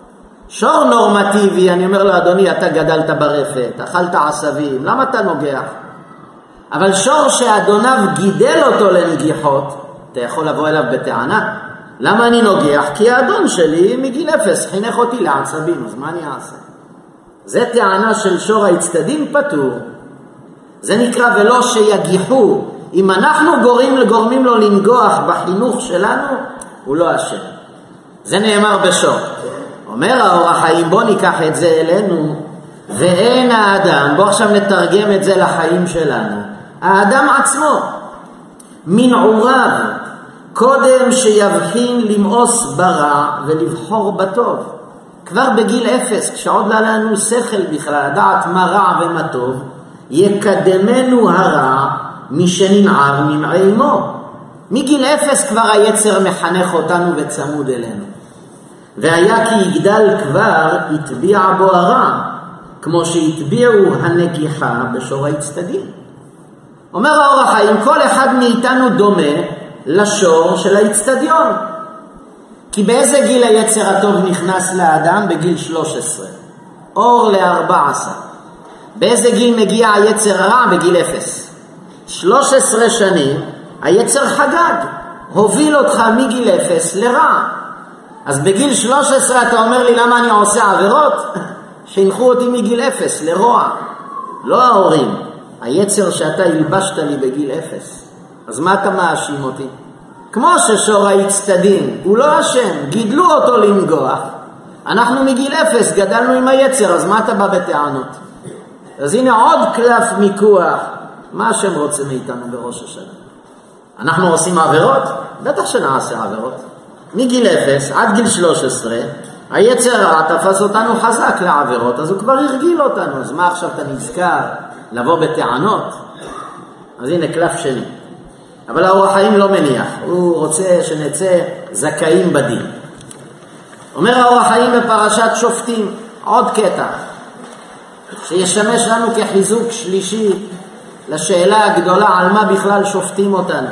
שור נורמטיבי, אני אומר לו, אדוני, אתה גדלת ברפת, אכלת עשבים, למה אתה נוגח? אבל שור שאדוניו גידל אותו לנגיחות, אתה יכול לבוא אליו בטענה. למה אני נוגח? כי האדון שלי מגיל 0 חינך אותי לעצבים, אז מה אני אעשה? זה טענה של שור הצטדים פטור. זה נקרא ולא שיגיחו. אם אנחנו גורמים לו לנגוח בחינוך שלנו, הוא לא אשם. זה נאמר בשור. אומר האור החיים, בוא ניקח את זה אלינו, ואין האדם, בוא עכשיו נתרגם את זה לחיים שלנו. האדם עצמו, מנעוריו, קודם שיבחין למאוס ברע ולבחור בטוב. כבר בגיל 0, כשעוד לא לנו שכל בכלל, לדעת מה רע ומה טוב, יקדמנו הרע משננער ממעי אמו. מגיל 0 כבר היצר מחנך אותנו וצמוד אלינו. והיה כי יגדל כבר, יטביע בו הרע, כמו שהטביעו הנגיחה בשור הצטדים. אומר האור החיים, כל אחד מאיתנו דומה לשור של האצטדיון. כי באיזה גיל היצר הטוב נכנס לאדם? בגיל 13. אור ל-14. באיזה גיל מגיע היצר הרע? בגיל 0. 13 שנים היצר חגג, הוביל אותך מגיל 0 לרע. אז בגיל 13 אתה אומר לי למה אני עושה עבירות? חינכו אותי מגיל 0 לרוע. לא ההורים, היצר שאתה הלבשת לי בגיל 0. אז מה אתה מאשים אותי? כמו ששור הצטדים, הוא לא אשם, גידלו אותו לנגוח. אנחנו מגיל 0 גדלנו עם היצר, אז מה אתה בא בטענות? אז הנה עוד קלף מיקוח. מה השם רוצה מאיתנו בראש השנה? אנחנו עושים עבירות? בטח שנעשה עבירות. מגיל 0 עד גיל 13, היצר הרע תפס אותנו חזק לעבירות, אז הוא כבר הרגיל אותנו. אז מה עכשיו אתה נזכר לבוא בטענות? אז הנה קלף שני. אבל האור החיים לא מניח, הוא רוצה שנצא זכאים בדין. אומר האור החיים בפרשת שופטים, עוד קטע, שישמש לנו כחיזוק שלישי לשאלה הגדולה על מה בכלל שופטים אותנו.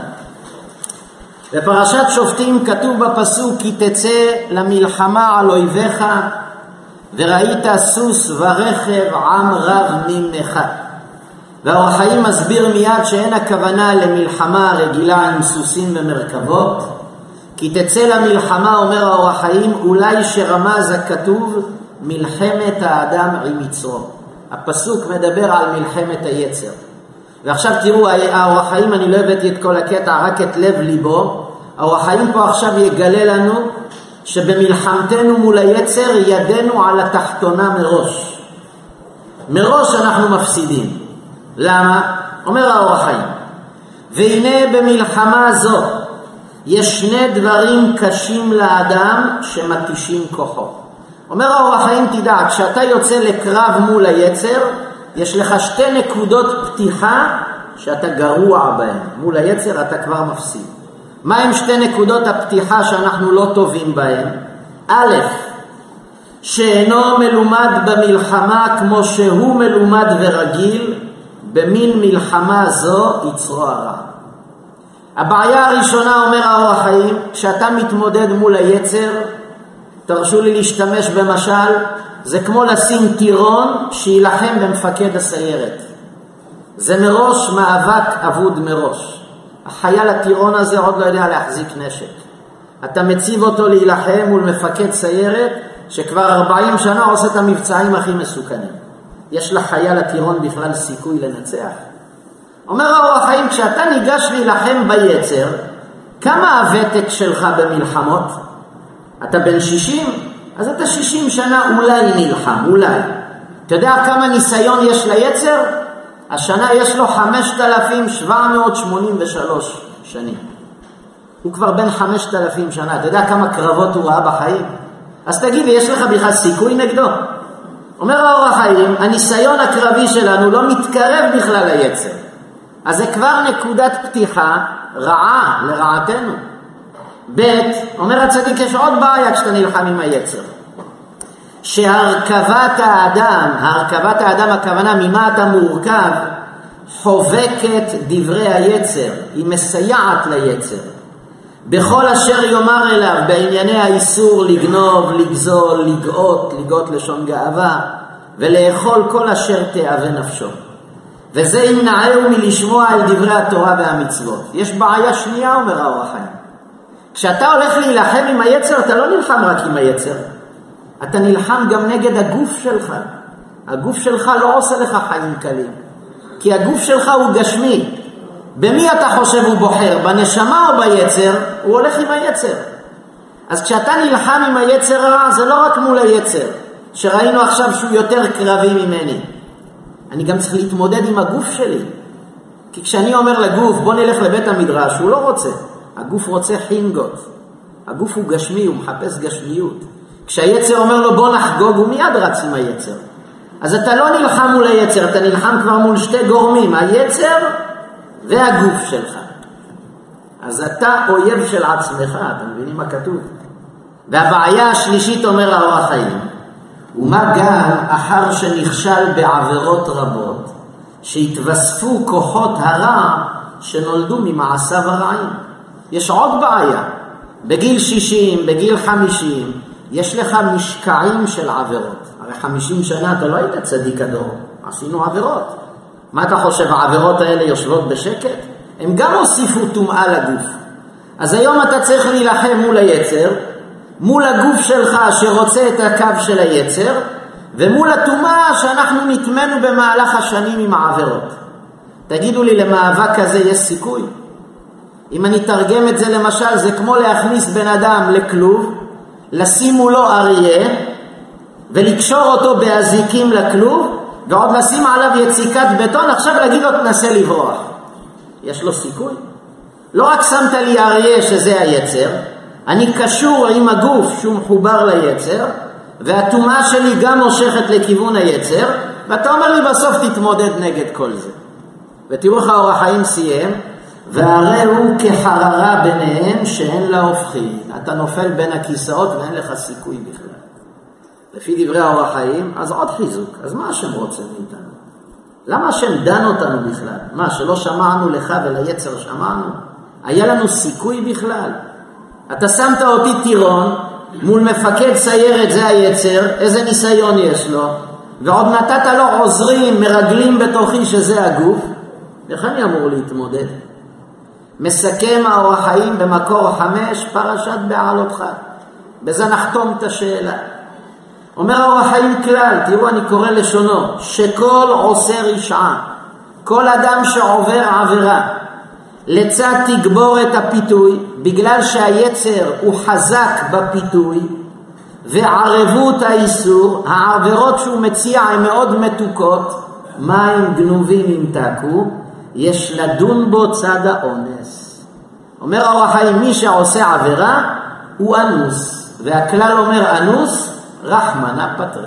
בפרשת שופטים כתוב בפסוק, כי תצא למלחמה על אויביך וראית סוס ורכב עם רב ממך. והאור החיים מסביר מיד שאין הכוונה למלחמה רגילה עם סוסים ומרכבות, כי תצא למלחמה, אומר האור החיים, אולי שרמז הכתוב מלחמת האדם עם יצרו. הפסוק מדבר על מלחמת היצר. ועכשיו תראו, האור החיים, אני לא הבאתי את כל הקטע, רק את לב ליבו. האור החיים פה עכשיו יגלה לנו שבמלחמתנו מול היצר ידנו על התחתונה מראש. מראש אנחנו מפסידים. למה? אומר האור החיים, והנה במלחמה זו יש שני דברים קשים לאדם שמתישים כוחו. אומר האור החיים, תדע, כשאתה יוצא לקרב מול היצר, יש לך שתי נקודות פתיחה שאתה גרוע בהן. מול היצר אתה כבר מפסיד. מה הם שתי נקודות הפתיחה שאנחנו לא טובים בהן? א', שאינו מלומד במלחמה כמו שהוא מלומד ורגיל, במין מלחמה זו יצרו הרע. הבעיה הראשונה, אומר האור החיים, כשאתה מתמודד מול היצר, תרשו לי להשתמש במשל, זה כמו לשים טירון שילחם במפקד הסיירת. זה מראש מאבק אבוד מראש. החייל הטירון הזה עוד לא יודע להחזיק נשק. אתה מציב אותו להילחם מול מפקד סיירת שכבר 40 שנה עושה את המבצעים הכי מסוכנים. יש לחייל הטירון בכלל סיכוי לנצח? אומר האור החיים, כשאתה ניגש להילחם ביצר, כמה הוותק שלך במלחמות? אתה בן 60? אז אתה 60 שנה אולי נלחם, אולי. אתה יודע כמה ניסיון יש ליצר? השנה יש לו 5,783 שנים. הוא כבר בן 5,000 שנה. אתה יודע כמה קרבות הוא ראה בחיים? אז תגיד לי, יש לך בכלל סיכוי נגדו? אומר האור החיים, הניסיון הקרבי שלנו לא מתקרב בכלל ליצר. אז זה כבר נקודת פתיחה רעה לרעתנו. ב', אומר הצדיק, יש עוד בעיה כשאתה נלחם עם היצר. שהרכבת האדם הכוונה ממה אתה מורכב, חובקת דברי היצר, היא מסייעת ליצר. בכל אשר יאמר אליו בענייני האיסור לגנוב, לגזול, לגאות לשון גאווה, ולאכול כל אשר תאווה נפשו. וזה ימנעהו מלשמוע על דברי התורה והמצוות. יש בעיה שנייה, אומר האור החיים. כשאתה הולך להילחם עם היצר, אתה לא נלחם רק עם היצר. אתה נלחם גם נגד הגוף שלך. הגוף שלך לא עושה לך חיים קלים. כי הגוף שלך הוא גשמי. במי אתה חושב הוא בוחר? בנשמה או ביצר? הוא הולך עם היצר. אז כשאתה נלחם עם היצר הרע, זה לא רק מול היצר, שראינו עכשיו שהוא יותר קרבי ממני. אני גם צריך להתמודד עם הגוף שלי. כי כשאני אומר לגוף, בוא נלך לבית המדרש, הוא לא רוצה. הגוף רוצה חינגות. הגוף הוא גשמי, הוא מחפש גשמיות. כשהיצר אומר לו בוא נחגוג, הוא מיד רץ עם היצר. אז אתה לא נלחם מול היצר, אתה נלחם כבר מול שתי גורמים, היצר והגוף שלך. אז אתה אויב של עצמך, אתם מבינים מה כתוב? והבעיה השלישית, אומר האור החיים, ומה גם אחר שנכשל בעבירות רבות, שהתווספו כוחות הרע שנולדו ממעשיו הרעים. יש עוד בעיה. בגיל 60, בגיל 50, יש לך משקעים של עבירות. הרי 50 שנה אתה לא היית צדיק הדור, עשינו עבירות. מה אתה חושב, העבירות האלה יושבות בשקט? הם גם הוסיפו טומאה לגוף. אז היום אתה צריך להילחם מול היצר, מול הגוף שלך שרוצה את הקו של היצר, ומול הטומאה שאנחנו נטמנו במהלך השנים עם העבירות. תגידו לי, למאבק כזה יש סיכוי? אם אני תרגם את זה למשל, זה כמו להכניס בן אדם לכלוב, לשים מולו אריה, ולקשור אותו באזיקים לכלוב, ועוד לשים עליו יציקת בטון, עכשיו להגיד לו תנסה לברוח. יש לו סיכוי? לא רק שמת לי אריה שזה היצר, אני קשור עם הגוף שהוא מחובר ליצר, והטומאה שלי גם מושכת לכיוון היצר, ואתה אומר לי בסוף תתמודד נגד כל זה. ותראו איך האור החיים סיים, והרי הוא כחררה ביניהם שאין לה הופכין. אתה נופל בין הכיסאות ואין לך סיכוי בכלל. לפי דברי האור החיים, אז עוד חיזוק. אז מה השם רוצה מאיתנו? למה השם דן אותנו בכלל? מה, שלא שמענו לך וליצר שמענו? היה לנו סיכוי בכלל? אתה שמת אותי טירון מול מפקד סיירת, זה היצר, איזה ניסיון יש לו, ועוד נתת לו עוזרים, מרגלים בתוכי שזה הגוף, איך אני אמור להתמודד? מסכם האור החיים במקור 5, פרשת בעלותך. בזה נחתום את השאלה. אומר האור החיים כלל, תראו אני קורא לשונו, שכל עושה רשעה, כל אדם שעובר עבירה, לצד תגבור את הפיתוי, בגלל שהיצר הוא חזק בפיתוי, וערבות האיסור, העבירות שהוא מציע הן מאוד מתוקות, מים גנובים ימתקו, יש לדון בו צד האונס. אומר האור החיים, מי שעושה עבירה הוא אנוס, והכלל אומר אנוס, רחמנה פטרה.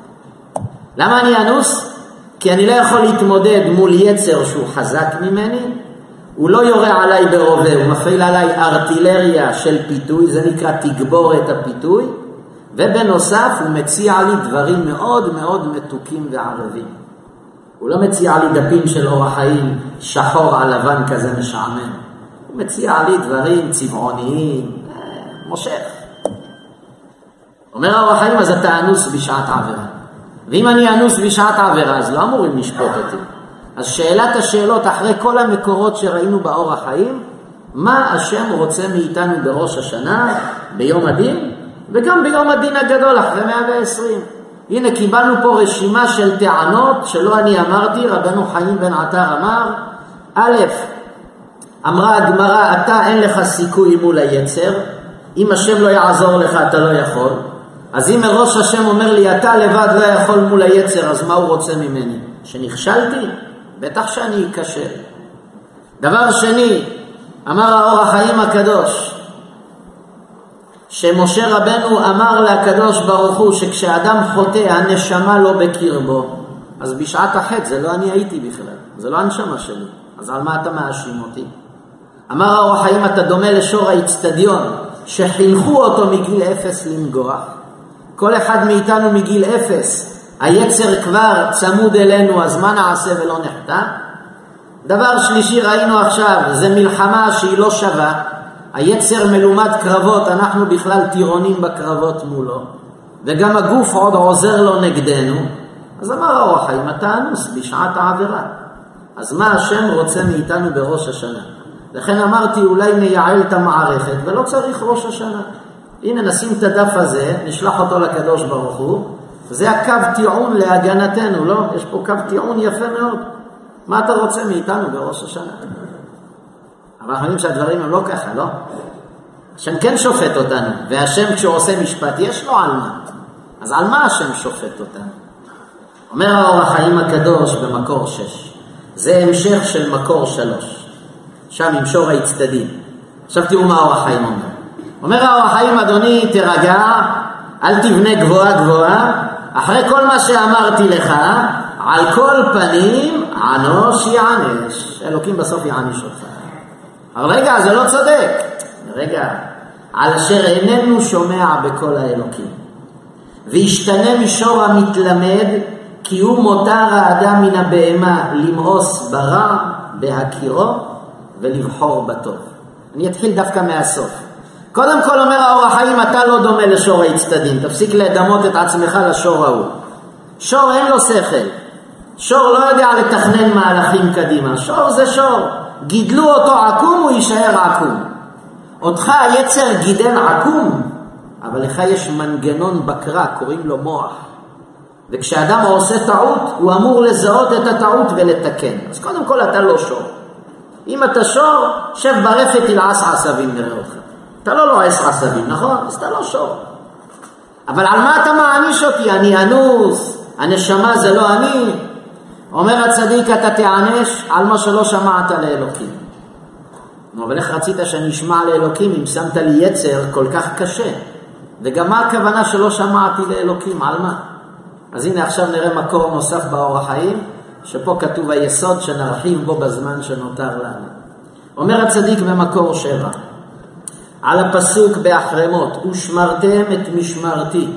למה אני אנוס? כי אני לא יכול להתמודד מול יצר שהוא חזק ממני, הוא לא יורה עליי ברובה, הוא מפעיל עליי ארטילריה של פיתוי, זה נקרא תגבור את הפיתוי, ובנוסף הוא מציע לי דברים מאוד מאוד מתוקים וערבים. הוא לא מציע לי דפים של אור החיים שחור על לבן כזה משעמם. הוא מציע לי דברים צבעוניים, מושך. אומר האור החיים, אז אתה אנוס בשעת עבירה. ואם אני אנוס בשעת עבירה, אז לא אמורים לשפוט אותי. אז שאלת השאלות אחרי כל המקורות שראינו באור החיים, מה השם רוצה מאיתנו בראש השנה, ביום הדין, וגם ביום הדין הגדול אחרי 120. הנה קיבלנו פה רשימה של טענות שלא אני אמרתי, רבנו חיים בן עטר אמר, א', אמרה הגמרא, אתה אין לך סיכוי מול היצר, אם השם לא יעזור לך אתה לא יכול, אז אם מראש השם אומר לי אתה לבד לא יכול מול היצר, אז מה הוא רוצה ממני? שנכשלתי? בטח שאני אקשר. דבר שני, אמר האור החיים הקדוש, שמשה רבנו אמר לקדוש ברוך הוא שכשאדם חוטא הנשמה לא בקרבו, אז בשעת החטא זה לא אני הייתי בכלל, זה לא הנשמה שלי, אז על מה אתה מאשים אותי? אמר האור החיים, אתה דומה לשור האצטדיון שחינכו אותו מגיל 0 לנגוח, כל אחד מאיתנו מגיל 0, היצר כבר צמוד אלינו, אז מה נעשה ולא נחטא? דבר שלישי ראינו עכשיו, זה מלחמה שהיא לא שווה, היצר מלומד קרבות, אנחנו בכלל טירונים בקרבות מולו, וגם הגוף עוד עוזר לו נגדנו, אז אמר האור החיים, אתה אנוס בשעת העבירה. אז מה השם רוצה מאיתנו בראש השנה? לכן אמרתי, אולי נייעל את המערכת, ולא צריך ראש השנה. הנה נשים את הדף הזה, נשלח אותו לקדוש ברוך הוא, זה הקו טיעון להגנתנו, לא? יש פה קו טיעון יפה מאוד. מה אתה רוצה מאיתנו בראש השנה? אבל אנחנו יודעים שהדברים הם לא ככה, לא? השם כן שופט אותנו, והשם כשהוא עושה משפט, יש לו על מה. אז על מה השם שופט אותנו? אומר האור החיים הקדוש במקור 6. זה המשך של מקור 3. שם עם שור הצדדים. עכשיו תראו מה האור החיים אומר. אומר האור החיים, אדוני תרגע, אל תבנה גבוהה גבוהה, אחרי כל מה שאמרתי לך, על כל פנים ענוש יענש. אלוקים בסוף יעניש אותך. אבל רגע, זה לא צודק. רגע, על אשר איננו שומע בכל האלוקים. וישתנה מישור המתלמד, כי הוא מותר האדם מן הבהמה למאוס ברע, בהכירו ולבחור בטוב. אני אתחיל דווקא מהסוף. קודם כל אומר האור החיים, אתה לא דומה לשור הצדדים, תפסיק לדמות את עצמך לשור ההוא. שור אין לו שכל, שור לא יודע לתכנן מהלכים קדימה, שור זה שור, גידלו אותו עקום, הוא יישאר עקום. אותך היצר גידל עקום, אבל לך יש מנגנון בקרה, קוראים לו מוח. וכשאדם עושה טעות, הוא אמור לזהות את הטעות ולתקן. אז קודם כל אתה לא שור. אם אתה שור, שב ברפת תלעס עשבים נראה אותך. אתה לא לועס עשבים, נכון? אז אתה לא שור. אבל על מה אתה מעניש אותי? אני אנוס, הנשמה זה לא אני. אומר הצדיק, אתה תענש על מה שלא שמעת לאלוקים. אבל איך רצית שאני אשמע לאלוקים אם שמת לי יצר כל כך קשה? וגם מה הכוונה שלא שמעתי לאלוקים? על מה? אז הנה עכשיו נראה מקור נוסף באור החיים, שפה כתוב היסוד שנרחיב בו בזמן שנותר לנו. אומר הצדיק במקור 7, על הפסוק באחרמות, ושמרתם את משמרתי,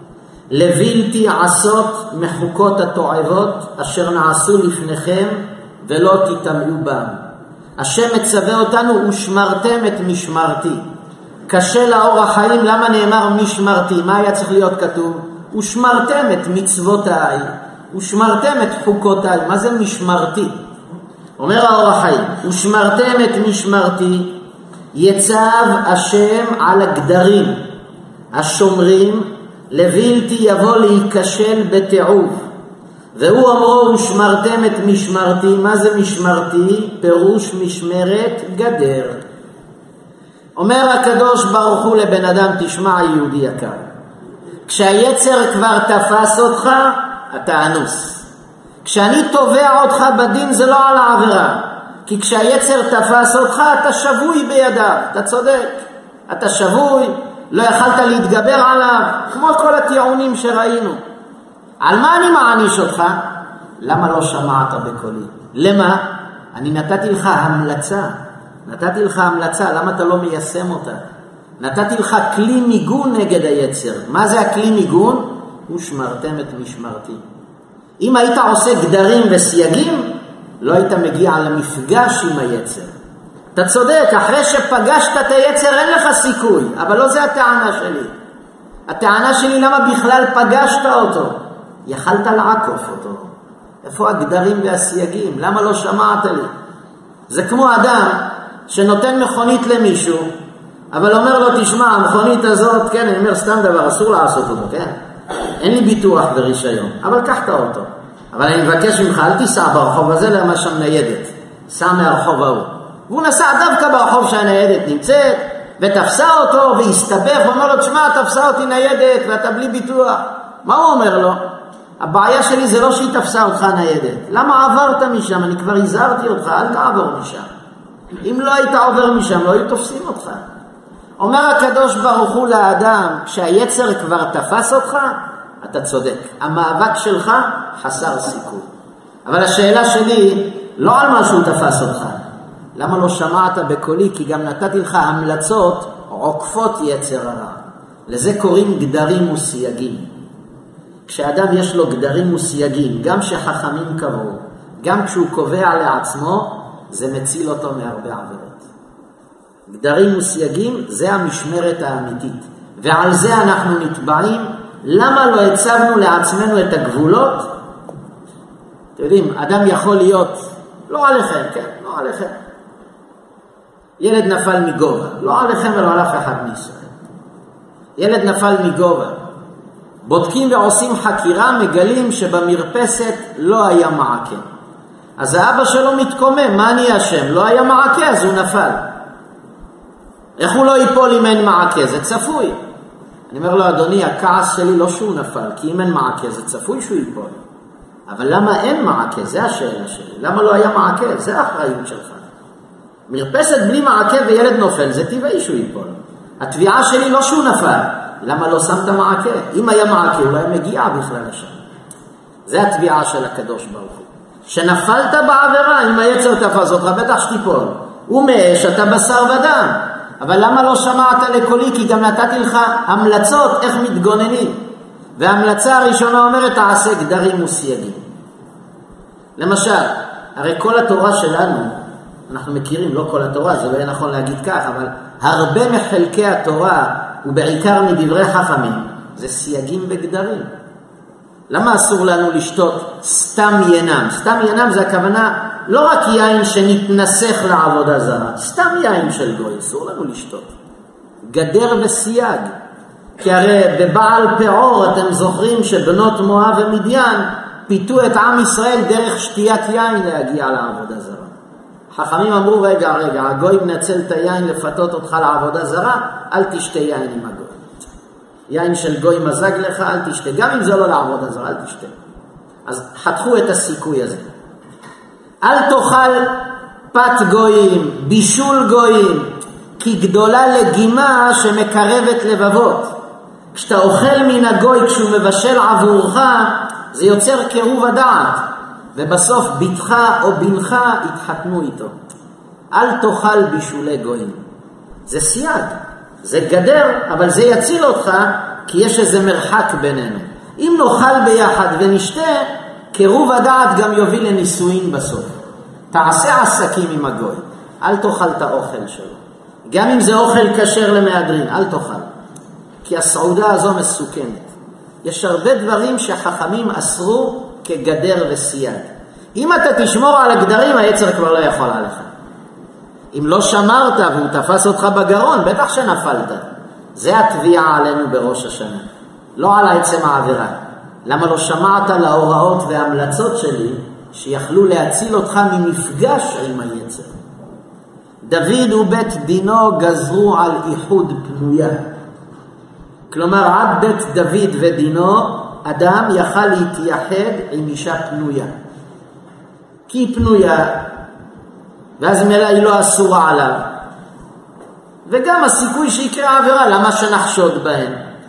לבלתי עשות מחוקות התועבות, אשר נעשו לפניכם, ולא תטמעו בם. השם מצווה אותנו, ושמרתם את משמרתי. קשה לאור החיים, למה נאמר משמרתי? מה היה צריך להיות כתוב? ושמרתם את מצוותיי, ושמרתם את חוקותיי. מה זה משמרתי? אומר האור החיים, ושמרתם את משמרתי, יצב השם על הגדרים השומרים, לבלתי יבוא להיכשל בתיעוב. והוא אמרו, ושמרתם את משמרתי. מה זה משמרתי? פירוש משמרת גדר. אומר הקדוש ברוך הוא לבן אדם, תשמע יהודי יקר, כשהיצר כבר תפס אותך, אתה אנוס. כשאני תובע אותך בדין זה לא על העבירה, כי כשהיצר תפס אותך אתה שבוי בידיו. אתה צודק, אתה שבוי, לא יכלת להתגבר עליו, כמו כל הטיעונים שראינו. על מה אני מעניש אותך? למה לא שמעת בקולי? למה? אני נתתי לך המלצה. נתתי לך המלצה, למה אתה לא מיישם אותה? נתתי לך כלי מיגון נגד היצר. מה זה הכלי מיגון? ושמרתם את משמרתי. אם היית עושה גדרים וסייגים, לא היית מגיע למפגש עם היצר. אתה צודק, אחרי שפגשת את היצר אין לך סיכוי, אבל לא זה הטענה שלי. הטענה שלי, למה בכלל פגשת אותו? יכלת לעקוף אותו. איפה הגדרים והסייגים? למה לא שמעת לי? זה כמו אדם שנותן מכונית למישהו, אבל אומר לו, תשמע, המכונית הזאת, כן, אני אומר סתם דבר, אסור לעשות אותו, כן? אין לי ביטוח ורישיון, אבל קח את האוטו. אבל אני מבקש ממך, אל תיסע ברחוב הזה, למה שם ניידת. סע מהרחוב ההוא. והוא נסע דווקא ברחוב שהניידת נמצאת, ותפסה אותו והסתבך, ואומר לו, תשמע, תפסה אותי ניידת, ואתה בלי ביטוח. מה הוא אומר לו? הבעיה שלי זה לא שהיא תפסה אותך ניידת. למה עברת משם? אני כבר הזהרתי אותך, אל תעבור משם. אם לא היית עובר משם, לא היו תופסים אותך. אומר הקדוש ברוך הוא לאדם, כשהיצר כבר תפס אותך, אתה צודק. המאבק שלך חסר סיכוי. אבל השאלה שלי, לא על מה שהוא תפס אותך. למה לא שמעת בקולי? כי גם נתתי לך המלצות עוקפות יצר הרע. לזה קוראים גדרים וסייגים. כשאדם יש לו גדרים וסייגים, גם שחכמים קבעו, גם כשהוא קובע לעצמו, זה מציל אותו מהרבה עבירות. גדרים וסייגים זה המשמרת האמיתית, ועל זה אנחנו נתבעים. למה לא הצבנו לעצמנו את הגבולות? אתם יודעים, אדם יכול להיות, לא עליכם, כן, לא עליכם. ילד נפל מגובה, לא עליכם ולא על אף אחד מישראל. ילד נפל מגובה. בודקים ועושים חקירה, מגלים שבמרפסת לא היה מעקה. אז האבא שלו מתקומם, מה אני אשם? לא היה מעקה, אז הוא נפל. איך הוא לא ייפול אם אין מעקה? זה צפוי. אני אומר לו, אדוני, הכעס שלי לא שהוא נפל, כי אם אין מעקה זה צפוי שהוא ייפול. אבל למה אין מעקה? זה השאלה שלי. למה לא היה מעקה? זה האחריות שלך. מרפסת בלי מעקה וילד נופל, זה טבעי שהוא ייפול. התביעה שלי לא שהוא נפל. למה לא שמת מעקה? אם היה מעקה, אולי מגיע בכלל לשם. זה התביעה של הקדוש ברוך הוא. שנפלת בעבירה, אם היצר תפס אותך, בטח שתיפול. הוא מאש, אתה בשר ודם. אבל למה לא שמעת לקולי? כי גם נתתי לך המלצות איך מתגוננים. וההמלצה הראשונה אומרת, תעשה גדרים וסייגים. למשל, הרי כל התורה שלנו, אנחנו מכירים, לא כל התורה, זה לא נכון להגיד כך, אבל הרבה מחלקי התורה, ובעיקר מדברי חכמים, זה סייגים בגדרים. למה אסור לנו לשתות סתם ינם? סתם ינם זה הכוונה לא רק יין שנתנסח לעבודה זרה, סתם יין של גוי, אסור לנו לשתות. גדר וסייג. כי הרי בבעל פאור אתם זוכרים שבנות מואב ומדיין פיתו את עם ישראל דרך שתיית יין להגיע לעבודה זרה. חכמים אמרו, רגע, הגוי מנצל את היין לפתות אותך לעבודה זרה, אל תשתה יין עם הגוי. יין של גוי מזג לך, אל תשתה. גם אם זה לא לעבודה זרה, אל תשתה. אז חתכו את הסיכוי הזה. אל תאכל פת גויים, בישול גויים, כי גדולה לגימה שמקרבת לבבות. כשאתה אוכל מן הגוי כשהוא מבשל עבורך, זה יוצר קירוב הדעת. ובסוף ביתך או בנך התחתנו איתו. אל תאכל בישולי גויים. זה סייג, זה גדר, אבל זה יציל אותך, כי יש איזה מרחק בינינו. אם נאכל ביחד ונשתה, קירוב הדעת גם יוביל לנישואין בסוף. תעשה עסקים עם הגוי, אל תאכל את האוכל שלו. גם אם זה אוכל כשר למהדרין, אל תאכל. כי הסעודה הזו מסוכנת. יש הרבה דברים שחכמים אסרו כגדר וסייג. אם אתה תשמור על הגדרים, היצר כבר לא יכול עליך. אם לא שמרת והוא תפס אותך בגרון, בטח שנפלת. זה התביעה עלינו בראש השנה. לא על עצם העבירה. למה לא שמעת להוראות וההמלצות שלי שיכלו להציל אותך ממפגש עם היצר? דוד ובית דינו גזרו על איחוד פנויה. כלומר, עד בית דוד ודינו, אדם יכל להתייחד עם אישה פנויה. כי היא פנויה, ואז מלא היא לא אסורה עליו. וגם הסיכוי שיקרה עבירה, למה שנחשוד בהן?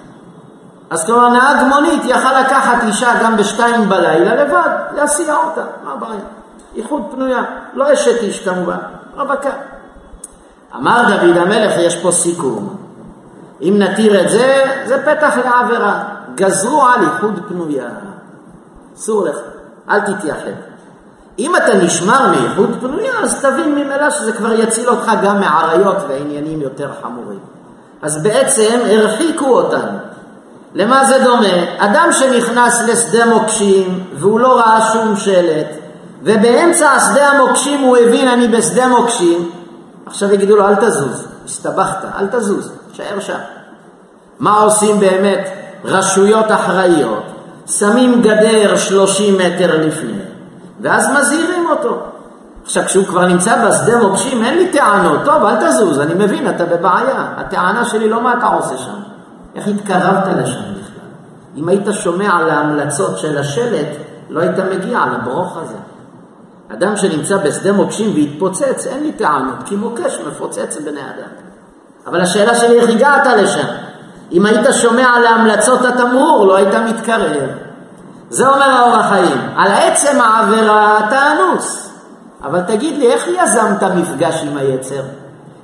אז כלומר, נהג מונית יכל לקחת אישה גם בשתיים בלילה לבד, להסיע אותה. מה בעיה? איחוד פנויה, לא אשת איש כמובן, רווקה. אמר דוד המלך, יש פה סיכום. אם נתיר את זה, זה פתח לעבירה. גזרו על איחוד פנויה. אסור לך, אל תתייחד. אם אתה נשמר מאיחוד פנויה, אז תבין ממילא שזה כבר יציל אותך גם מעריות ועניינים יותר חמורים. אז בעצם הרחיקו אותנו. למה זה דומה? אדם שנכנס לשדה מוקשים והוא לא ראה שום שלט, ובאמצע שדה המוקשים הוא הבין אני בשדה מוקשים, עכשיו יגידו לו אל תזוז, הסתבכת, אל תזוז, תשאר שם. מה עושים באמת? רשויות אחראיות, שמים גדר 30 מטר לפני, ואז מזהירים אותו. עכשיו כשהוא כבר נמצא בשדה מוקשים, אין לי טענות, טוב אל תזוז, אני מבין, אתה בבעיה. הטענה שלי לא מה אתה עושה שם, איך התקרבת לשם בכלל. אם היית שומע על ההמלצות של השלט, לא היית מגיע לברוך הזה. אדם שנמצא בשדה מוקשים והתפוצץ, אין לי טענות, כי מוקש מפוצץ בני אדם. אבל השאלה שלי, איך הגעת לשם? אם היית שומע על ההמלצות התמרור, לא היית מתקרב. זה אומר האור החיים. על עצם העבירה אתה אנוס. אבל תגיד לי, איך יזמת מפגש עם היצר?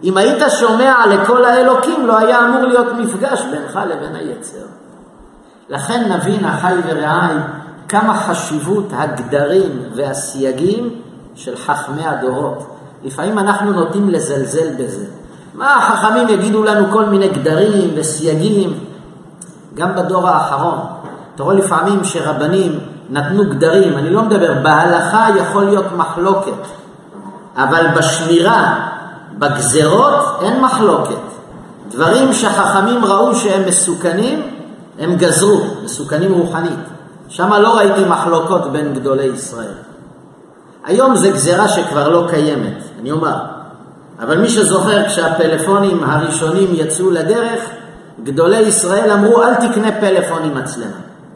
אם היית שומע לכל האלוקים, לא היה אמור להיות מפגש בינך לבין היצר. לכן נבין, אחי ורעי, כמה חשיבות הגדרים והסייגים של חכמי הדורות. לפעמים אנחנו נוטים לזלזל בזה. מה החכמים יגידו לנו כל מיני גדרים וסייגים? גם בדור האחרון. אתה רואה לפעמים שרבנים נתנו גדרים, אני לא מדבר, בהלכה יכול להיות מחלוקת, אבל בשמירה, בגזרות, אין מחלוקת. דברים שחכמים ראו שהם מסוכנים, הם גזרו, מסוכנים רוחנית. שם לא ראיתי מחלוקות בין גדולי ישראל. היום זה גזרה שכבר לא קיימת, אני אומר. אבל מי שזוכר, כשהפלאפונים הראשונים יצאו לדרך, גדולי ישראל אמרו, אל תקנה פלאפון עם מצלמה.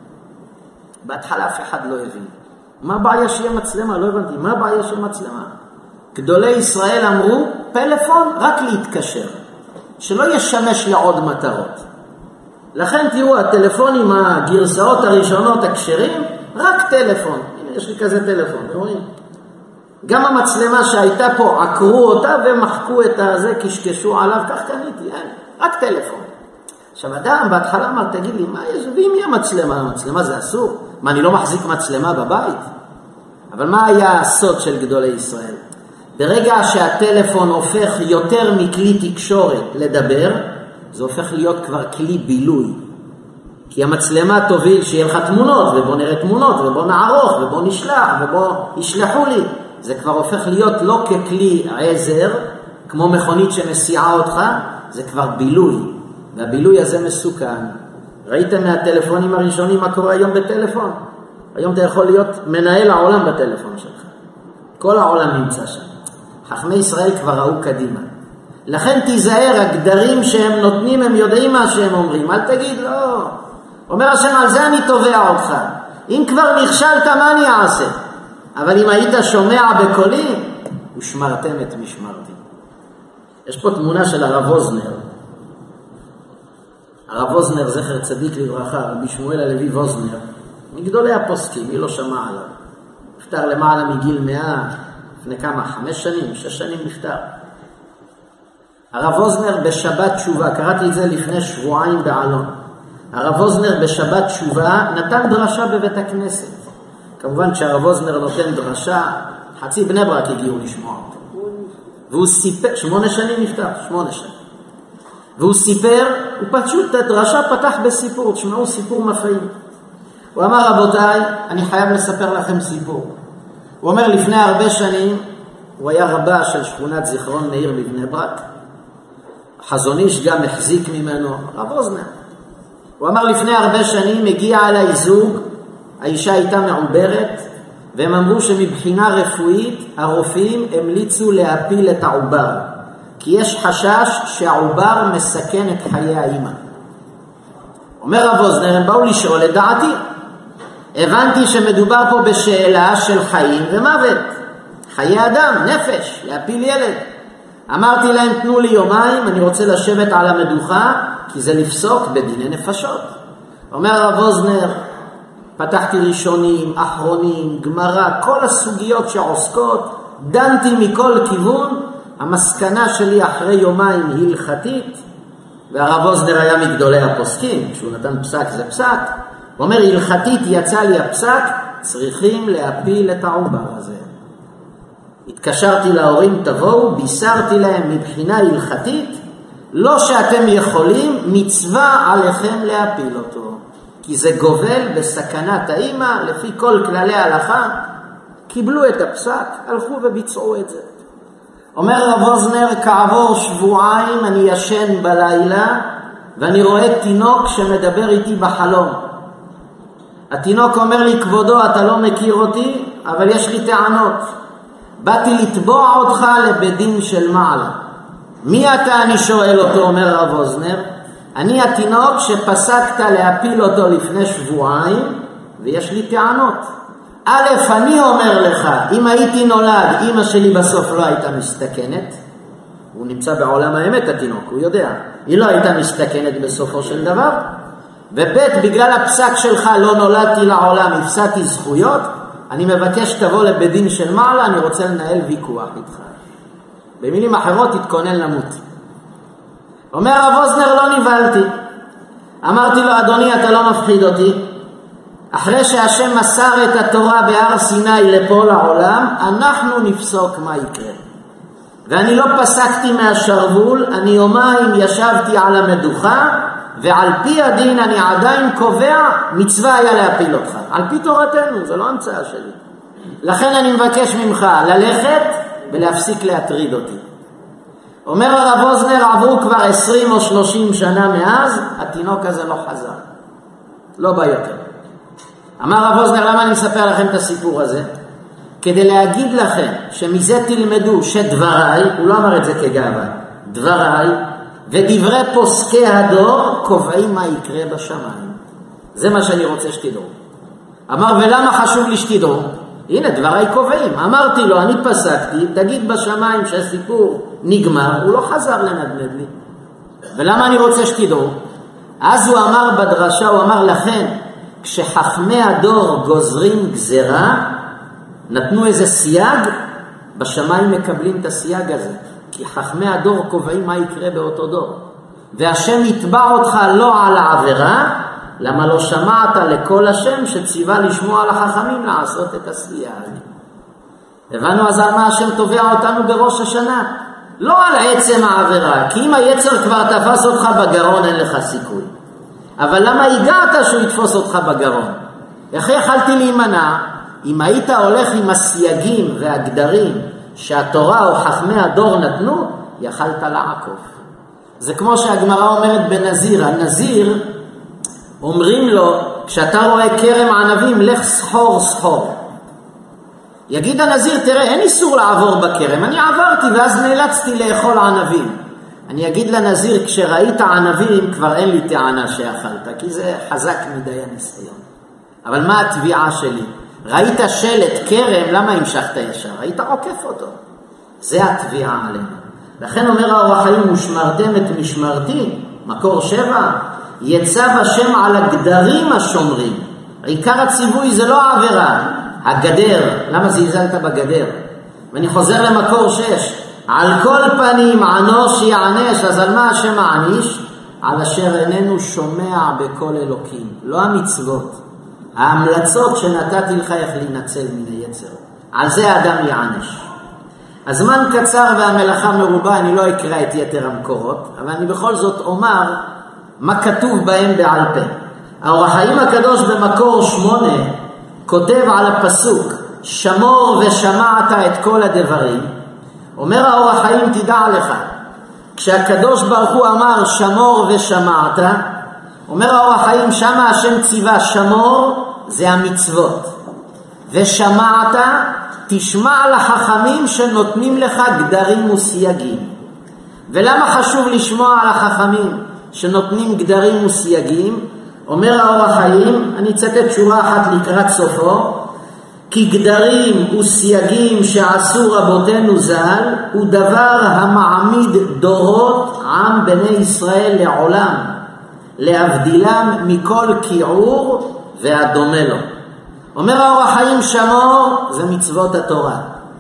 בהתחלה אף אחד לא הבין. מה הבעיה שיהיה מצלמה? לא הבנתי. מה הבעיה של מצלמה? גדולי ישראל אמרו, פלאפון רק להתקשר, שלא ישמש לעוד מטרות. לכן תראו, הטלפונים, הגרסאות הראשונות, הקשרים, רק טלפון. הנה, יש לי כזה טלפון, רואים? גם המצלמה שהייתה פה, עקרו אותה ומחקו את הזה, קשקשו עליו, כך קניתי, רק טלפון. עכשיו אדם בהתחלה אמר, תגיד לי, מה יש? ואם יהיה מצלמה? המצלמה זה אסור. מה, אני לא מחזיק מצלמה בבית? אבל מה היה הסוד של גדולי ישראל? ברגע שהטלפון הופך יותר מכלי תקשורת לדבר, זה הופך להיות כבר כלי בילוי. כי המצלמה תוביל שיהיה לך תמונות, ובוא נראה תמונות, ובוא נערוך, ובוא נשלח, ובוא ישלחו לי. זה כבר הופך להיות לא ככלי עזר, כמו מכונית שמסיעה אותך, זה כבר בילוי. והבילוי הזה מסוכן. ראיתם מהטלפונים הראשונים מה קורה היום בטלפון? היום אתה יכול להיות מנהל העולם בטלפון שלך. כל העולם נמצא שם. חכמי ישראל כבר ראו קדימה. לכן תיזהר, הגדרים שהם נותנים, הם יודעים מה שהם אומרים. אל תגיד, לא. אומר השם, על זה אני תובע אותך. אם כבר נכשלת, מה אני אעשה? אבל אם היית שומע בקולי, ושמרתם את משמרתי. יש פה תמונה של הרב ווזנר. הרב ווזנר, זכר צדיק לברכה, רבי שמואל הלוי ווזנר, מגדולי הפוסקים, מי לא שמע עליו. נפטר למעלה מגיל 100, לפני כמה? 5 שנים, 6 שנים נפטר. הרב ווזנר בשבת תשובה, קראתי את זה לפני שבועיים בעלון. הרב ווזנר בשבת תשובה נתן דרשה בבית הכנסת. כמובן כשהרב ווזנר נותן דרשה, חצי בני ברק הגיעו לשמוע אותו. והוא סיפר, 8 שנים נפטר, 8 שנים. והוא סיפר, הוא פשוט את הדרשה פתח בסיפור, תשמעו סיפור מפעים. הוא אמר, רבותיי, אני חייב לספר לכם סיפור. הוא אומר, לפני הרבה שנים, הוא היה רבה של שכונת זיכרון מאיר בבני ברק. חזון איש גם החזיק ממנו, רב ווזנר. הוא אמר, לפני הרבה שנים הגיע עליי זוג, האישה הייתה מעוברת, והם אמרו שמבחינה רפואית, הרופאים המליצו להפיל את העובר. כי יש חשש שהעובר מסכן את חיי האמא. אומר רב ווזנר, הם באו לשאול את דעתי. הבנתי שמדובר פה בשאלה של חיים ומוות. חיי אדם, נפש, להפיל ילד. אמרתי להם, תנו לי יומיים, אני רוצה לשבת על המדוכה, כי זה לפסוק בדיני נפשות. אומר רב ווזנר, פתחתי ראשונים, אחרונים, גמרא, כל הסוגיות שעוסקות, דנתי מכל כיוון, המסקנה שלי אחרי יומיים היא הלכתית, והרב ווזנר היה מגדולי הפוסקים, כשהוא נתן פסק זה פסק, הוא אומר, הלכתית יצא לי הפסק, צריכים להפיל את העובר הזה. התקשרתי להורים, תבואו, בישרתי להם מבחינה הלכתית, לא שאתם יכולים, מצווה עליכם להפיל אותו, כי זה גובל בסכנת האמא, לפי כל כללי ההלכה, קיבלו את הפסק, הלכו וביצעו את זה. אומר רב ווזנר, כעבור שבועיים אני ישן בלילה, ואני רואה תינוק שמדבר איתי בחלום. התינוק אומר לי, כבודו, אתה לא מכיר אותי, אבל יש לי טענות. באתי לתבוע אותך לבית דין של מעלה. מי אתה? אני שואל אותו, אומר רב ווזנר. אני התינוק שפסקת להפיל אותו לפני שבועיים, ויש לי טענות. א', אני אומר לך, אם הייתי נולד, אמא שלי בסוף לא הייתה מסתכנת. הוא נמצא בעולם האמת, התינוק, הוא יודע. היא לא הייתה מסתכנת בסופו של דבר. וב', בגלל הפסק שלך לא נולדתי לעולם, הפסעתי זכויות, אני מבקש תבוא לבית דין של מעלה, אני רוצה לנהל ויכוח איתך. במילים אחרות, תתכונן למות. אומר הרב ווזנר, לא נבהלתי. אמרתי לו, אדוני, אתה לא מפחיד אותי. אחרי שהשם מסר את התורה בהר סיני לפה לעולם, אנחנו נפסוק מה יקרה. ואני לא פסקתי מהשרוול, אני יומיים ישבתי על המדוכה, ועל פי הדין אני עדיין קובע, מצווה היה להפיל אותך. על פי תורתנו, זה לא המצאה שלי. לכן אני מבקש ממך ללכת ולהפסיק להטריד אותי. אומר הרב ווזנר, עברו כבר 20 או 30 שנה מאז, התינוק הזה לא חזר. לא בא יותר. אמר הרב ווזנר, למה אני מספר לכם את הסיפור הזה? כדי להגיד לכם שמזה תלמדו שדבריי, הוא לא אמר את זה כגאווה, דבריי ודברי פוסקי הדור קובעים מה יקרה בשמיים. זה מה שאני רוצה שתדעו. אמר, ולמה חשוב לי שתדעו? הנה, דבריי קובעים. אמרתי לו, אני פסקתי, תגיד בשמיים שהסיפור נגמר, הוא לא חזר לנדנד לי. ולמה אני רוצה שתדעו? אז הוא אמר בדרשה, הוא אמר לכן, כשחכמי הדור גוזרים גזרה, נתנו איזה סייג, בשמיים מקבלים את הסייג הזה. כי חכמי הדור קובעים מה יקרה באותו דור. והשם יתבע אותך לא על העבירה, למה לא שמעת לכל השם שציווה לשמוע על החכמים לעשות את הסייג. הבנו אז על מה השם תובע אותנו בראש השנה? לא על עצם העבירה, כי אם היצר כבר תפס אותך בגרון אין לך סיכוי. אבל למה הגעת שהוא יתפוס אותך בגרון? איך יכלתי להימנע? אם היית הולך עם הסייגים והגדרים שהתורה או חכמי הדור נתנו, יכלת לעקוף. זה כמו שהגמרא אומרת בנזיר. הנזיר, אומרים לו, כשאתה רואה כרם ענבים, לך סחור סחור. יגיד הנזיר, תראה, אין איסור לעבור בכרם. אני עברתי ואז נאלצתי לאכול ענבים. אני אגיד לנזיר, כשראית ענבים, כבר אין לי טענה שאכלת, כי זה חזק מדי הניסיון. אבל מה התביעה שלי? ראית שלט כרם, למה המשכת ישר? היית עוקף אותו. זה התביעה עלינו. לכן אומר האור החיים, ושמרתם את משמרתי, מקור 7, יצב השם על הגדרים השומרים. עיקר הציווי זה לא העבירה, הגדר. למה זלזלת בגדר? ואני חוזר למקור 6, על כל פנים ענוש יענש. אז על מה השם מעניש? על אשר איננו שומע בקול אלוקים. לא המצוות, ההמלצות שנתתי לך איך להינצל מן היצר. על זה האדם יענש. הזמן קצר והמלאכה מרובה, אני לא אקרא את יתר המקורות, אבל אני בכל זאת אומר מה כתוב בהם בעל פה. האור החיים הקדוש במקור 8 כותב על הפסוק, שמור ושמעת את כל הדברים. אומר האור החיים, תדע לך, כשהקדוש ברוך הוא אמר שמור ושמעת, אומר האור החיים, שמה השם ציווה שמור, זה המצוות. ושמעת, תשמע לחכמים שנותנים לך גדרים וסייגים. ולמה חשוב לשמוע על החכמים שנותנים גדרים וסייגים? אומר האור החיים, אני אצטט שורה אחת לקראת סופו, כי גדרים וסייגים שעשו רבותינו ז"ל, הוא דבר המעמיד דורות עם בני ישראל לעולם, להבדילם מכל כיעור והדומה לו. אומר האור החיים, שמור זה מצוות התורה,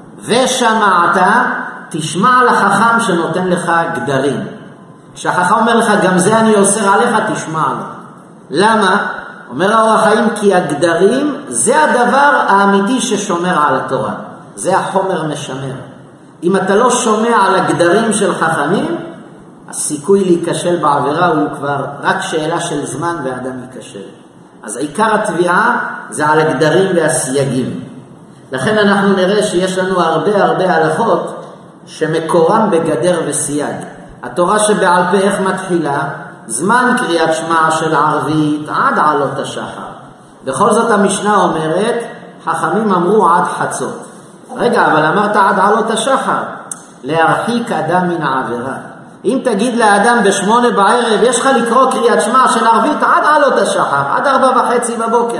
ושמעת, תשמע לחכם שנותן לך גדרים. כשהחכם אומר לך גם זה אני אוסר עליך, תשמע לו. למה? אומר האור החיים, כי הגדרים זה הדבר האמיתי ששומר על התורה, זה החומר משמר. אם אתה לא שומע על הגדרים של חכמים, הסיכוי להיכשל בעבירה הוא כבר רק שאלה של זמן ואדם ייכשל. אז עיקר התביעה זה על הגדרים והסייגים. לכן אנחנו נראה שיש לנו הרבה הלכות שמקורם בגדר וסייג. התורה שבעל פה איך מתחילה? זמן קריאת שמע של ערבית עד עלות השחר. בכל זאת המשנה אומרת, חכמים אמרו עד חצות. רגע, אבל אמרת עד עלות השחר, להרחיק אדם מן העבירה. אם תגיד לאדם ב8 בערב, יש לך לקרוא קריאת שמע של ערבית עד עלות השחר, עד 4:30 בבוקר.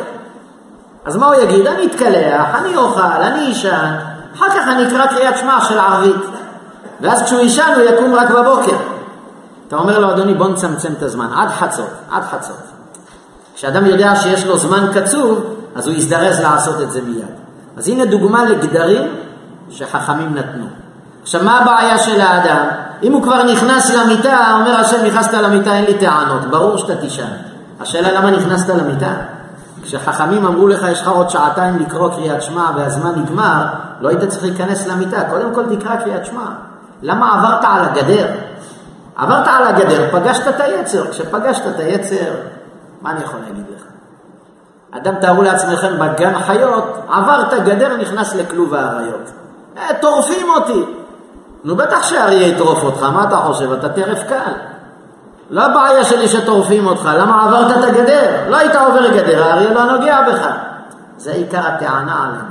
אז מה הוא יגיד? אני אתקלח, אני אוכל, אני אישן, אחר כך אני אקרא קריאת שמע של ערבית. ואז כשהוא אישן הוא יקום רק בבוקר. אתה אומר לו, אדוני, בוא נצמצם את הזמן, עד חצות, עד חצות. כשאדם יודע שיש לו זמן קצוב, אז הוא יזדרז לעשות את זה מיד. אז הנה דוגמה לגדרים שחכמים נתנו. עכשיו, מה הבעיה של האדם? אם הוא כבר נכנס למיטה, אומר השם, נכנסת למיטה, אין לי טענות, ברור שאתה תישן. השאלה למה נכנסת למיטה? כשחכמים אמרו לך, יש לך עוד שעתיים לקרוא קריאת שמע והזמן נגמר, לא היית צריך להיכנס למיטה, קודם כל תקרא קריאת שמע. למה עברת על הגדר? עברת על הגדר, פגשת את היצר. כשפגשת את היצר, מה אני יכול להגיד לך? אדם, תארו לעצמכם בגן חיות, עברת גדר, נכנס לכלוב האריות. טורפים אותי. נו, בטח שהאריה יטרוף אותך, מה אתה חושב? אתה טרף קל. לא הבעיה שלי שטורפים אותך, למה עברת את הגדר? לא היית עובר גדר, האריה לא נוגע בך. זה עיקר הטענה עלינו.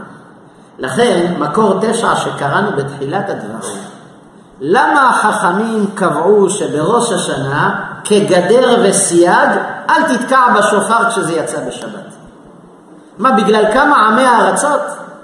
לכן, מקור 9 שקראנו בתחילת הדברים, למה החכמים קבעו שבראש השנה, כגדר וסייג, אל תתקע בשופר כשזה יצא בשבת? מה, בגלל כמה עמי הארצות?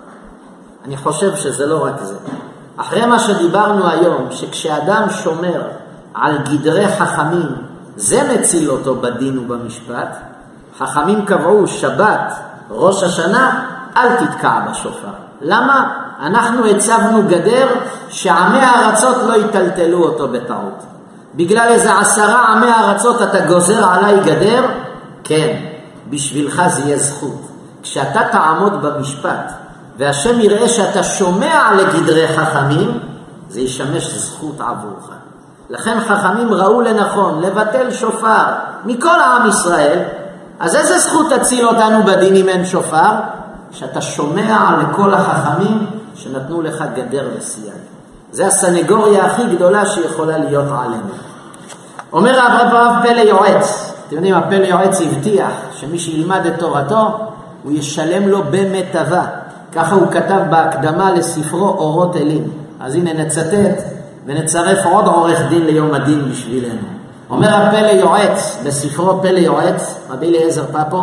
אני חושב שזה לא רק זה. אחרי מה שדיברנו היום, שכשאדם שומר על גדרי חכמים, זה מציל אותו בדין ובמשפט, חכמים קבעו שבת, ראש השנה, אל תתקע בשופר. למה? אנחנו הצבנו גדר שעמי הארצות לא יטלטלו אותו בטעות. בגלל איזה 10 עמי הארצות אתה גוזר עליי גדר? כן, בשבילך זה יהיה זכות. כשאתה תעמוד במשפט והשם יראה שאתה שומע לגדרי חכמים, זה ישמש זכות עבורך. לכן חכמים ראו לנכון לבטל שופר מכל העם ישראל. אז איזה זכות תציל אותנו בדין אם אין שופר? שאתה שומע לכל החכמים שנתנו לך גדר וסייג. זה הסנגוריה הכי גדולה שיכולה להיות עלינו. אומר הרב פלא יועץ, אתם יודעים, הפלא יועץ הבטיח שמי שילמד את תורתו הוא ישלם לו במיטבה. ככה הוא כתב בהקדמה לספרו אורות אלים. אז הנה נצטט ונצרף עוד עורך דין ליום הדין בשבילנו. אומר הפלא יועץ בספרו פלא יועץ, רבי אליעזר פפו,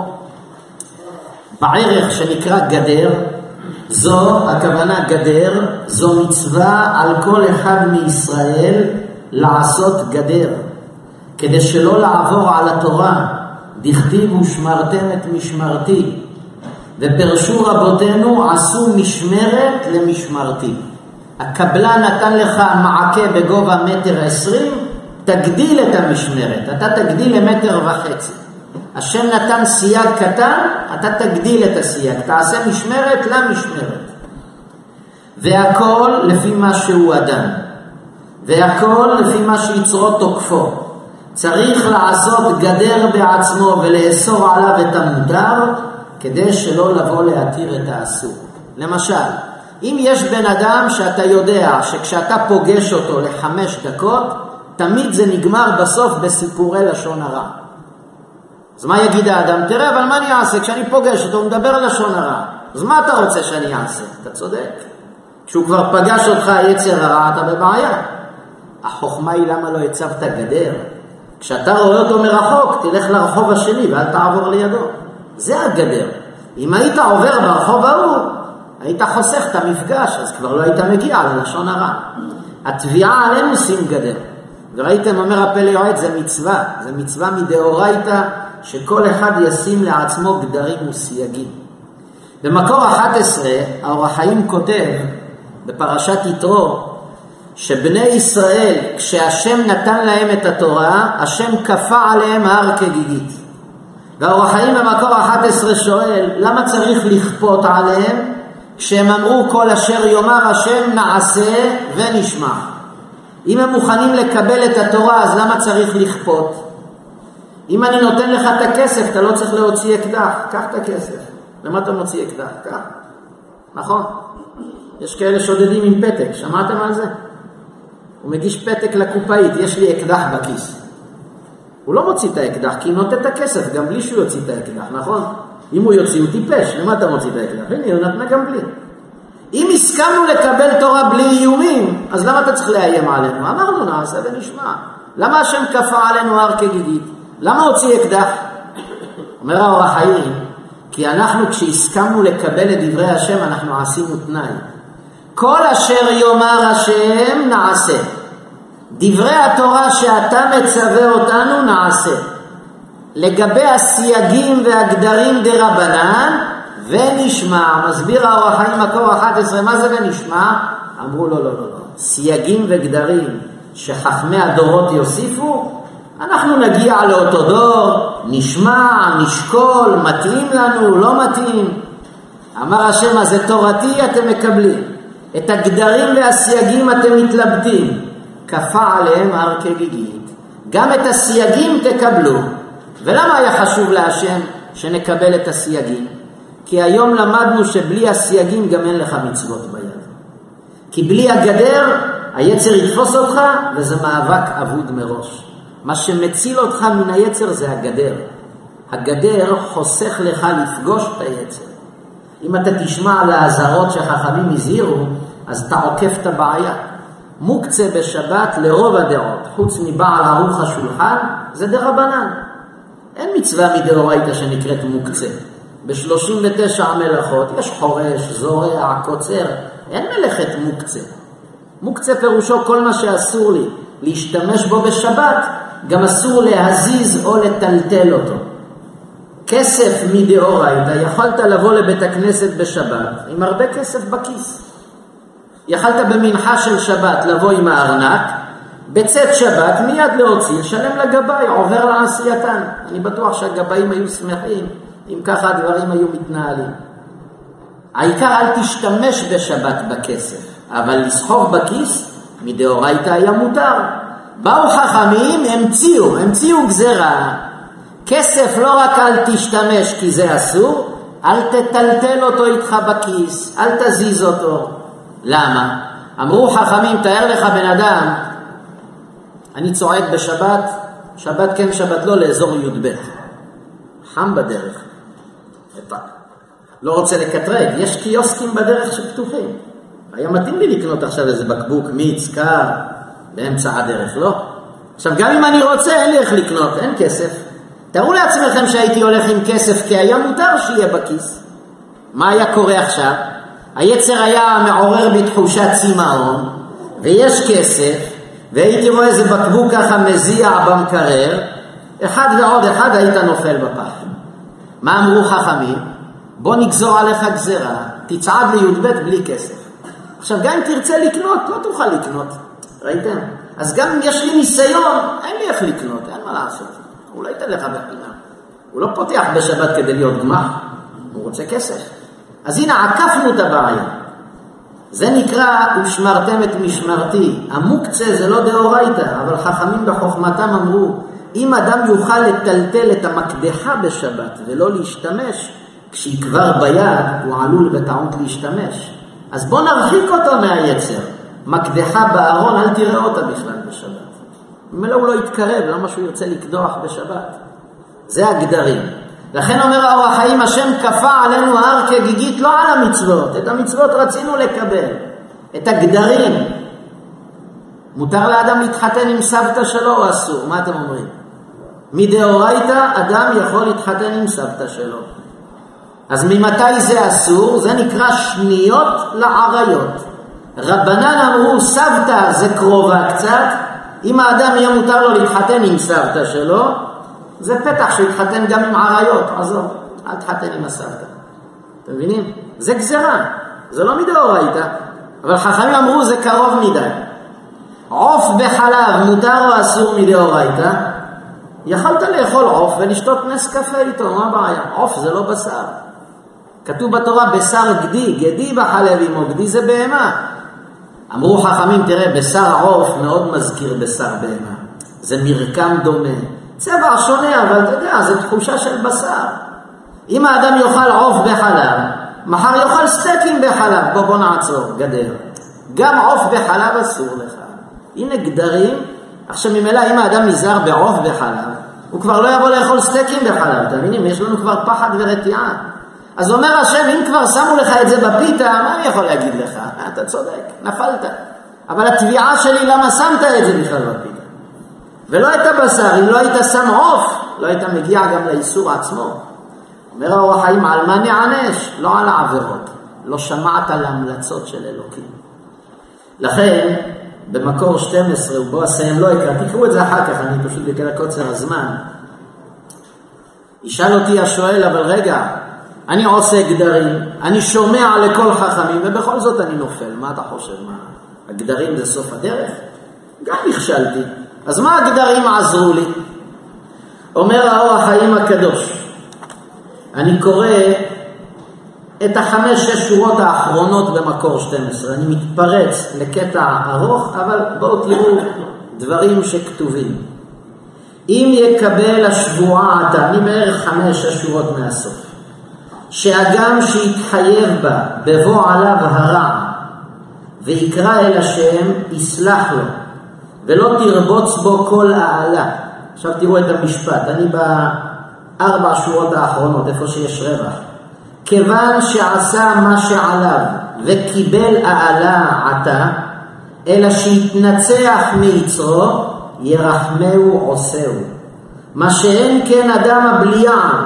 בערך שנקרא גדר, זו הכוונה גדר, זו מצווה על כל אחד מישראל לעשות גדר, כדי שלא לעבור על התורה. דכתיב ושמרתם את משמרתי, ופרשו רבותינו עשו משמרת למשמרתי. הקבלה נתן לך מעקה בגובה 1.20 מטר, תגדיל את המשמרת, אתה תגדיל ל1.5 מטר. השם נתן סייג קטן, אתה תגדיל את הסייג, תעשה משמרת למשמרת. והכל לפי מה שהוא אדם, והכל לפי מה שיצרו תוקפו. צריך לעשות גדר בעצמו ולאסור עליו את המותר, כדי שלא לבוא להתיר את האסור. למשל, אם יש בן אדם שאתה יודע שכשאתה פוגש אותו ל5 דקות, תמיד זה נגמר בסוף בסיפורי לשון הרע. אז מה יגיד האדם? תראה, אבל מה אני אעשה? כשאני פוגש אותו, הוא מדבר על לשון הרע. אז מה אתה רוצה שאני אעשה? אתה צודק. כשהוא כבר פגש אותך יצר הרע, אתה בבעיה. החוכמה היא למה לא הצבת גדר. כשאתה רואה אותו מרחוק, תלך לרחוב השני ואל תעבור לידו. זה הגדר. אם היית עובר ברחוב ההוא, היית חוסך את המפגש, אז כבר לא היית מגיע ללשון הרע. התביעה עלינו שים גדר. וראיתם, אומר הפלא יועץ, זה מצווה. זה מצווה מדאורייתא, שכל אחד ישים לעצמו גדרים וסייגים. במקור 11, האור החיים כותב, בפרשת יתרו, שבני ישראל, כשהשם נתן להם את התורה, השם כפה עליהם הר כגיגית. והאור החיים במקור 11 שואל, למה צריך לכפות עליהם? כשהם אמרו כל אשר יאמר השם נעשה ונשמע. אם הם מוכנים לקבל את התורה, אז למה צריך לכפות? אם אני נותן לך את הכסף, אתה לא צריך להוציא אקדח, קח את הכסף. למה אתה מוציא אקדח? קח. נכון? יש כאלה שודדים עם פתק, שמעתם על זה? הוא מגיש פתק לקופאית, יש לי אקדח בכיס. הוא לא מוציא את האקדח, כי הוא נותן את הכסף, גם בלי שהוא יוציא את האקדח, נכון? אם הוא יוציא, הוא טיפש, למה אתה מוציא את האקדח? הנה, הוא נתנה גם בלי. אם הסכמנו לקבל תורה בלי איומים, אז למה אתה צריך לאיים עלינו? אמרנו, נעשה ונשמע. למה השם כפה עלינו הר כגיגית? למה הוציא אקדח? אומר האור החיים, כי אנחנו כשהסכמנו לקבל את דברי השם, אנחנו עשינו תנאי. כל אשר יאמר השם נעשה. דברי התורה שאתה מצווה אותנו נעשה. לגבי הסייגים והגדרים דרבנן, ונשמע. מסביר האור החיים מקור 11, מה זה ונשמע? אמרו לא, לא, לא, לא. סייגים וגדרים שחכמי הדורות יוסיפו, אנחנו נגיע לאותו דור, נשמע, נשקול, מתאים לנו, לא מתאים. אמר השם, אז את תורתי אתם מקבלים, את הגדרים והסייגים אתם מתלבטים, כפה עליהם הר כגיגית. גם את הסייגים תקבלו. ולמה היה חשוב להשם שנקבל את הסייגים? כי היום למדנו שבלי הסייגים גם אין לך מצוות ביד. כי בלי הגדר היצר יתפוס אותך, וזה מאבק אבוד מראש. מה שמציל אותך מן היצר זה הגדר. הגדר חוסך לך לפגוש את היצר. אם אתה תשמע על האזהרות שחכמים הזהירו, אז אתה עוקף את הבעיה. מוקצה בשבת לרוב הדעות, חוץ מבעל ערוך השולחן, זה דרבנן. אין מצווה מדאורייתא שנקראת מוקצה. ב-39 המלאכות יש חורש, זורע, קוצר, אין מלאכת מוקצה. מוקצה פירושו כל מה שאסור לי להשתמש בו בשבת, גם אסור להזיז או לטלטל אותו. כסף מדאורייתא, יכולת לבוא לבית הכנסת בשבת עם הרבה כסף בכיס. יכלת במנחה של שבת לבוא עם הארנק, בצאת שבת מיד להוציא, לשלם לגבאי, עובר לעשייתן. אני בטוח שהגבאים היו שמחים אם ככה הדברים היו מתנהלים. העיקר אל תשתמש בשבת בכסף, אבל לסחוב בכיס מדאורייתא היה מותר. באו חכמים, המציאו גזרה. כסף לא רק אל תשתמש כי זה אסור, אל תטלטל אותו איתך בכיס, אל תזיז אותו. למה? אמרו חכמים, תאר לך בן אדם, אני צועד בשבת, שבת כן שבת לא, לאזור י"ב. חם בדרך. לא רוצה לקטרג, יש קיוסקים בדרך שפתוחים. היה מתאים לי לקנות עכשיו איזה בקבוק מיץ, קר, באמצע הדרך, לא? עכשיו גם אם אני רוצה, אין לי איך לקנות, אין כסף. תראו לעצמכם שהייתי הולך עם כסף, כי היה מותר שיהיה בכיס. מה היה קורה עכשיו? היצר היה מעורר בתחושת צמאון, ויש כסף, והייתי רואה איזה בקבוק ככה מזיע במקרר, אחד ועוד אחד היית נופל בפח. מה אמרו חכמים? בוא נגזור עליך גזרה, תצעד לי"ב בלי כסף. עכשיו גם אם תרצה לקנות, לא תוכל לקנות. ראיתם? אז גם אם יש לי ניסיון, אין לי איך לקנות, אין מה לעשות. הוא לא ייתן לך בחינם. הוא לא פותח בשבת כדי להיות גמח, הוא רוצה כסף. אז הנה עקפנו את הבעיה. זה נקרא ושמרתם את משמרתי. המוקצה זה לא דאורייתא, אבל חכמים בחוכמתם אמרו, אם אדם יוכל לטלטל את המקדחה בשבת ולא להשתמש, כשהיא כבר ביד הוא עלול בטעות להשתמש. אז בוא נרחיק אותו מהיצר. מקדחה בארון, אל תראה אותה בכלל בשבת. ממילא הוא לא יתקרב, למה שהוא יוצא לקדוח בשבת? זה הגדרים. לכן אומר האור החיים, השם כפה עלינו הר כגיגית, לא על המצוות. את המצוות רצינו לקבל. את הגדרים. מותר לאדם להתחתן עם סבתא שלו או אסור? מה אתם אומרים? מדאורייתא אדם יכול להתחתן עם סבתא שלו. אז ממתי זה אסור? זה נקרא שניות לעריות. רבנן אמרו סבתא זה קרובה קצת, אם האדם יהיה מותר לו להתחתן עם סבתא שלו, זה פתח שיתחתן גם עם עריות. עזוב, אל תחתן עם הסבתא. אתם מבינים? זה גזרה, זה לא מדאורייתא. אבל חכמים אמרו זה קרוב מדי. עוף בחלב מותר או אסור מדאורייתא? יכלת לאכול עוף ולשתות נס קפה איתו, מה הבעיה? עוף זה לא בשר. כתוב בתורה בשר גדי, גדי בחלב עמו, גדי זה בהמה. אמרו חכמים, תראה, בשר עוף מאוד מזכיר בשר בהמה. זה מרקם דומה. צבע שונה, אבל אתה יודע, זה תחושה של בשר. אם האדם יאכל עוף בחלב, מחר יאכל סטייקים בחלב. בוא נעצור, גדר. גם עוף בחלב אסור לך. הנה גדרים. עכשיו ממילא, אם האדם נזהר בעוף בחלב, הוא כבר לא יבוא לאכול סטייקים בחלב. אתם מבינים? יש לנו כבר פחד ורתיעה. אז אומר השם, אם כבר שמו לך את זה בפיתה, מה אני יכול להגיד לך? אתה צודק, נפלת. אבל התביעה שלי, למה שמת את זה בכלל בפיתה? ולא את הבשר, אם לא היית שם עוף, לא היית מגיע גם לאיסור עצמו. אומר האור החיים, על מה נענש? לא על העבירות. לא שמעת על ההמלצות של אלוקים. לכן, במקור 12, ובו אסיים לא יקרא, תקראו את זה אחר כך, אני פשוט בגלל קוצר הזמן. ישאל אותי השואל, אבל רגע, אני עושה גדרים, אני שומע לכל חכמים, ובכל זאת אני נופל. מה אתה חושב? מה? הגדרים זה סוף הדרך? גם נכשלתי. אז מה הגדרים עזרו לי? אומר האור החיים הקדוש, אני קורא את 5-6 שורות האחרונות במקור 12. אני מתפרץ לקטע ארוך, אבל בואו תראו דברים שכתובים. אם יקבל השבועה עתה, אני בערך 5-6 שורות מהסוף, שאגם שיתחייב בה בבוא עליו הרע ויקרא אל השם יסלח לו ולא תרבוץ בו כל העלה. עכשיו תראו את המשפט, אני ב4 שורות האחרונות איפה שיש רווח. כיוון שעשה מה שעליו וקיבל העלה עתה, אלא שיתנצח מיצרו ירחמהו עושהו. מה שאין כן אדם הבליען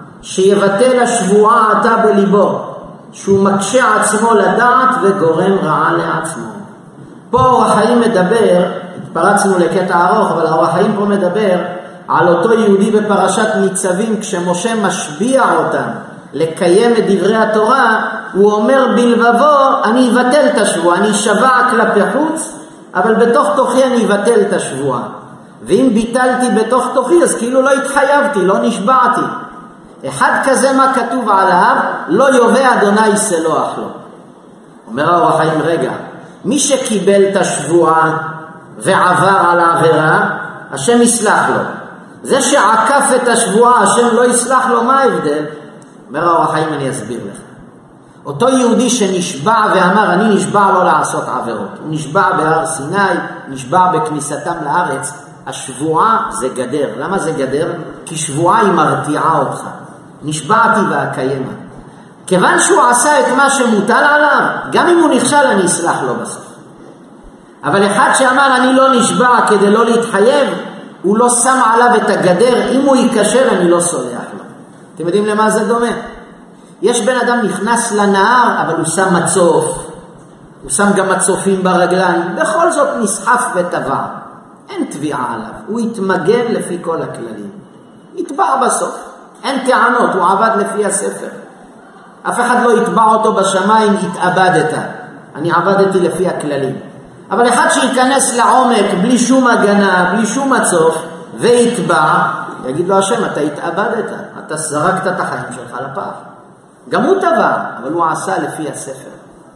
שיבטל השבועה עתה בליבו, שהוא מקשה עצמו לדעת וגורם רעה לעצמו. פה אור החיים מדבר, התפרצנו לקטע ארוך, אבל אור החיים פה מדבר על אותו יהודי בפרשת ניצבים, כשמשה משביע אותם לקיים את דברי התורה, הוא אומר בלבבו, אני אבטל את השבועה, אני שבע כלפי חוץ, אבל בתוך תוכי אני אבטל את השבועה. ואם ביטלתי בתוך תוכי, אז כאילו לא התחייבתי, לא נשבעתי. אחד כזה מה כתוב עליו, לא יובא אדוני סלוח לו. אומר האור החיים, רגע, מי שקיבל את השבועה ועבר על העבירה, השם יסלח לו. זה שעקף את השבועה, השם לא יסלח לו, מה ההבדל? אומר האור החיים, אני אסביר לך. אותו יהודי שנשבע ואמר, אני נשבע לא לעשות עבירות. הוא נשבע בהר סיני, נשבע בכניסתם לארץ. השבועה זה גדר. למה זה גדר? כי שבועה היא מרתיעה אותך. נשבעתי ואקיימה. כיוון שהוא עשה את מה שמוטל עליו, גם אם הוא נכשל אני אסלח לו בסוף. אבל אחד שאמר אני לא נשבע כדי לא להתחייב, הוא לא שם עליו את הגדר, אם הוא יקשר אני לא סולח לו. אתם יודעים למה זה דומה? יש בן אדם נכנס לנהר, אבל הוא שם מצוף, הוא שם גם מצופים ברגליים, בכל זאת נסחף וטבע. אין תביעה עליו, הוא יתמגן לפי כל הכללים. יתבע בסוף. אין טענות, הוא עבד לפי הספר. אף אחד לא יתבע אותו בשמיים, התאבדת. אני עבדתי לפי הכללים. אבל אחד שיכנס לעומק בלי שום הגנה, בלי שום מצוף, ויתבע, יגיד לו השם, אתה התאבדת, אתה זרקת את החיים שלך לפח. גם הוא טבע, אבל הוא עשה לפי הספר.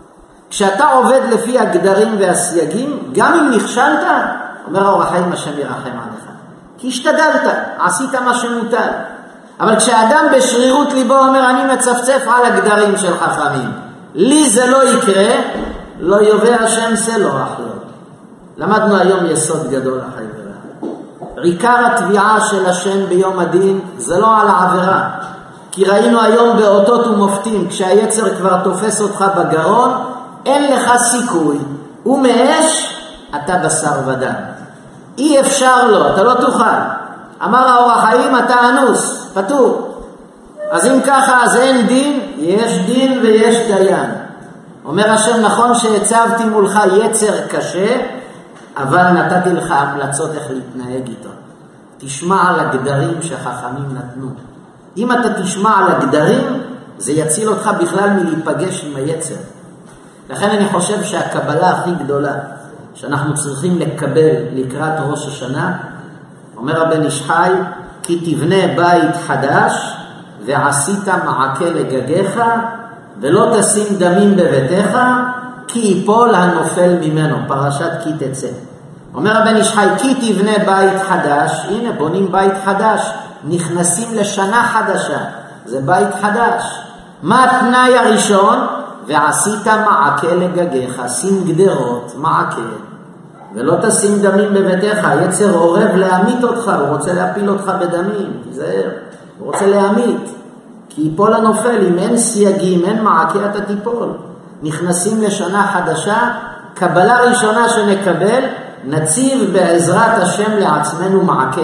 כשאתה עובד לפי הגדרים והסייגים, גם אם נכשלת, אומר האור החיים, השם ירחם עליך. כי השתדלת, עשית מה שמוטל. אבל כשאדם בשרירות ליבו אומר, אני מצפצף על הגדרים של חכמים, לי זה לא יקרה, לא יובא השם סלוח לו. למדנו היום יסוד גדול החיים. עיקר התביעה של השם ביום הדין זה לא על העבירה. כי ראינו היום באותות ומופתים, כשהיצר כבר תופס אותך בגרון, אין לך סיכוי. הוא מאש, אתה בשר ודם. אי אפשר לו, אתה לא תוכל. אמר האור החיים, אתה אנוס, פטור. אז אם ככה, אז אין דין, יש דין ויש דיין. אומר השם, נכון שהצבתי מולך יצר קשה, אבל נתתי לך המלצות איך להתנהג איתו. תשמע על הגדרים שחכמים נתנו. אם אתה תשמע על הגדרים, זה יציל אותך בכלל מלהיפגש עם היצר. לכן אני חושב שהקבלה הכי גדולה שאנחנו צריכים לקבל לקראת ראש השנה, אומר הבן איש חי, כי תבנה בית חדש ועשית מעקה לגגיך ולא תשים דמים בביתך, כי ייפול הנופל ממנו. פרשת כי תצא. אומר הבן איש חי, כי תבנה בית חדש. הנה בונים בית חדש, נכנסים לשנה חדשה, זה בית חדש. מה התנאי הראשון? ועשית מעקה לגגיך, שים גדרות, מעקה, ולא תשים דמים בביתך. יצר עורב להמית אותך, הוא רוצה להפיל אותך בדמים, תיזהר, הוא רוצה להמית, כי ייפול הנופל. אם אין סייגים, אין מעקה, אתה תיפול. נכנסים לשנה חדשה, קבלה ראשונה שנקבל, נציב בעזרת השם לעצמנו מעקה,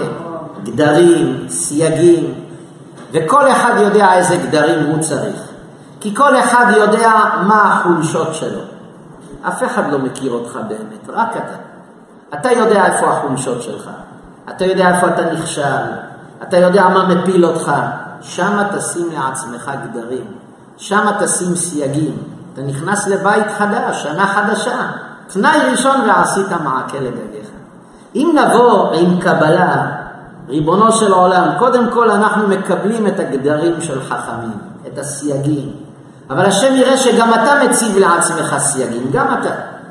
גדרים, סייגים, וכל אחד יודע איזה גדרים הוא צריך, כי כל אחד יודע מה החולשות שלו. אף אחד לא מכיר אותך באמת, רק אתה. אתה יודע איפה החולשות שלך, אתה יודע איפה אתה נכשל, אתה יודע מה מפיל אותך, שמה תשים לעצמך גדרים, שמה תשים סייגים. אתה נכנס לבית חדש, שנה חדשה, תנאי ראשון ועשית מעקה לגגיך. אם נבוא עם קבלה, ריבונו של עולם, קודם כל אנחנו מקבלים את הגדרים של חכמים, את הסייגים. אבל השם יראה שגם אתה מציב לעצמך סייגים, גם אתה.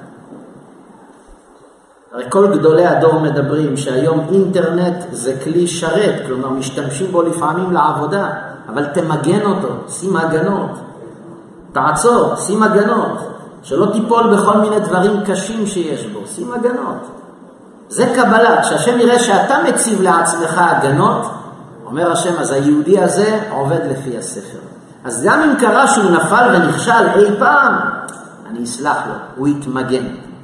הרי כל גדולי הדור מדברים שהיום אינטרנט זה כלי שרת, כלומר משתמשים בו לפעמים לעבודה, אבל תמגן אותו, שים הגנות. תעצור, שים הגנות, שלא תיפול בכל מיני דברים קשים שיש בו, שים הגנות. זה קבלה, שהשם יראה שאתה מציב לעצמך הגנות, אומר השם, אז היהודי הזה עובד לפי הספר. אז גם אם קרה שהוא נפל ונכשל אי פעם, אני אסלח לו, הוא יתמגן.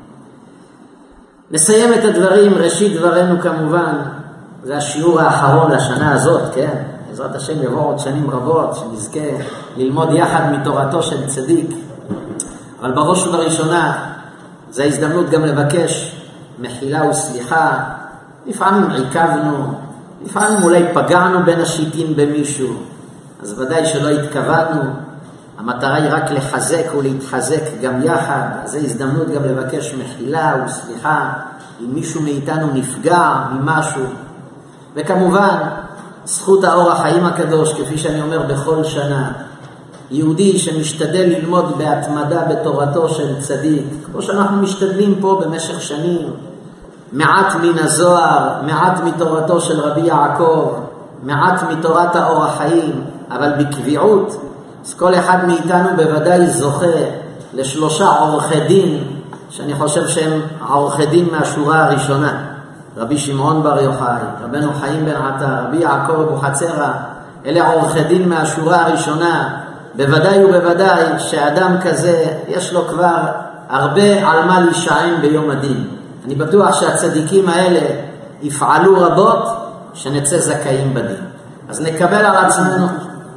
נסיים את הדברים, ראשית דברנו כמובן, זה השיעור האחרון לשנה הזאת, כן? בעזרת השם יבוא עוד שנים רבות, שנזכה ללמוד יחד מתורתו של צדיק. אבל בראש ובראשונה, זו ההזדמנות גם לבקש מחילה וסליחה. לפעמים עיכבנו, לפעמים אולי פגענו בין השיטים במישהו, אז ודאי שלא התכוונו. המטרה היא רק לחזק ולהתחזק גם יחד. אז זו הזדמנות גם לבקש מחילה וסליחה אם מישהו מאיתנו נפגע ממשהו. וכמובן, זכות האור החיים הקדוש, כפי שאני אומר בכל שנה, יהודי שמשתדל ללמוד בהתמדה בתורתו של צדיק, כמו שאנחנו משתדלים פה במשך שנים, מעט מן הזוהר, מעט מתורתו של רבי יעקב, מעט מתורת האור החיים, אבל בקביעות, אז כל אחד מאיתנו בוודאי זוכה לשלושה עורכי דין, שאני חושב שהם עורכי דין מהשורה הראשונה. רבי שמעון בר יוחאי, רבנו חיים בן עטר, רבי יעקב אבוחצירא, אלה עורכי דין מהשורה הראשונה. בוודאי ובוודאי שאדם כזה יש לו כבר הרבה על מה להישען ביום הדין. אני בטוח שהצדיקים האלה יפעלו רבות שנצא זכאים בדין. אז נקבל על עצמנו,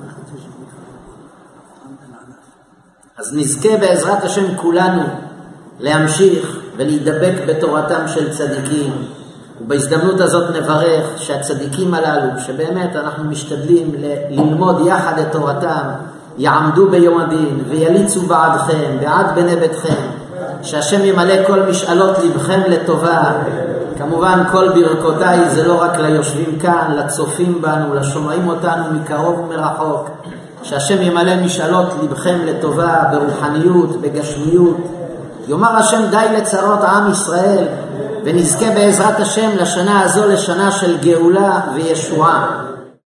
אז נזכה בעזרת השם כולנו להמשיך ולהידבק בתורתם של צדיקים. ובהזדמנות הזאת נברך שהצדיקים הללו, שבאמת אנחנו משתדלים ללמוד יחד את תורתם, יעמדו ביום הדין ויליצו בעדכם, בעד בני ביתכם, שהשם ימלא כל משאלות לבכם לטובה. כמובן כל ברכותיי זה לא רק ליושבים כאן, לצופים בנו, לשומעים אותנו מקרוב ומרחוק, שהשם ימלא משאלות לבכם לטובה, ברוחניות, בגשמיות. יאמר השם די לצרות עם ישראל, ונזכה בעזרת השם לשנה הזו לשנה של גאולה וישועה.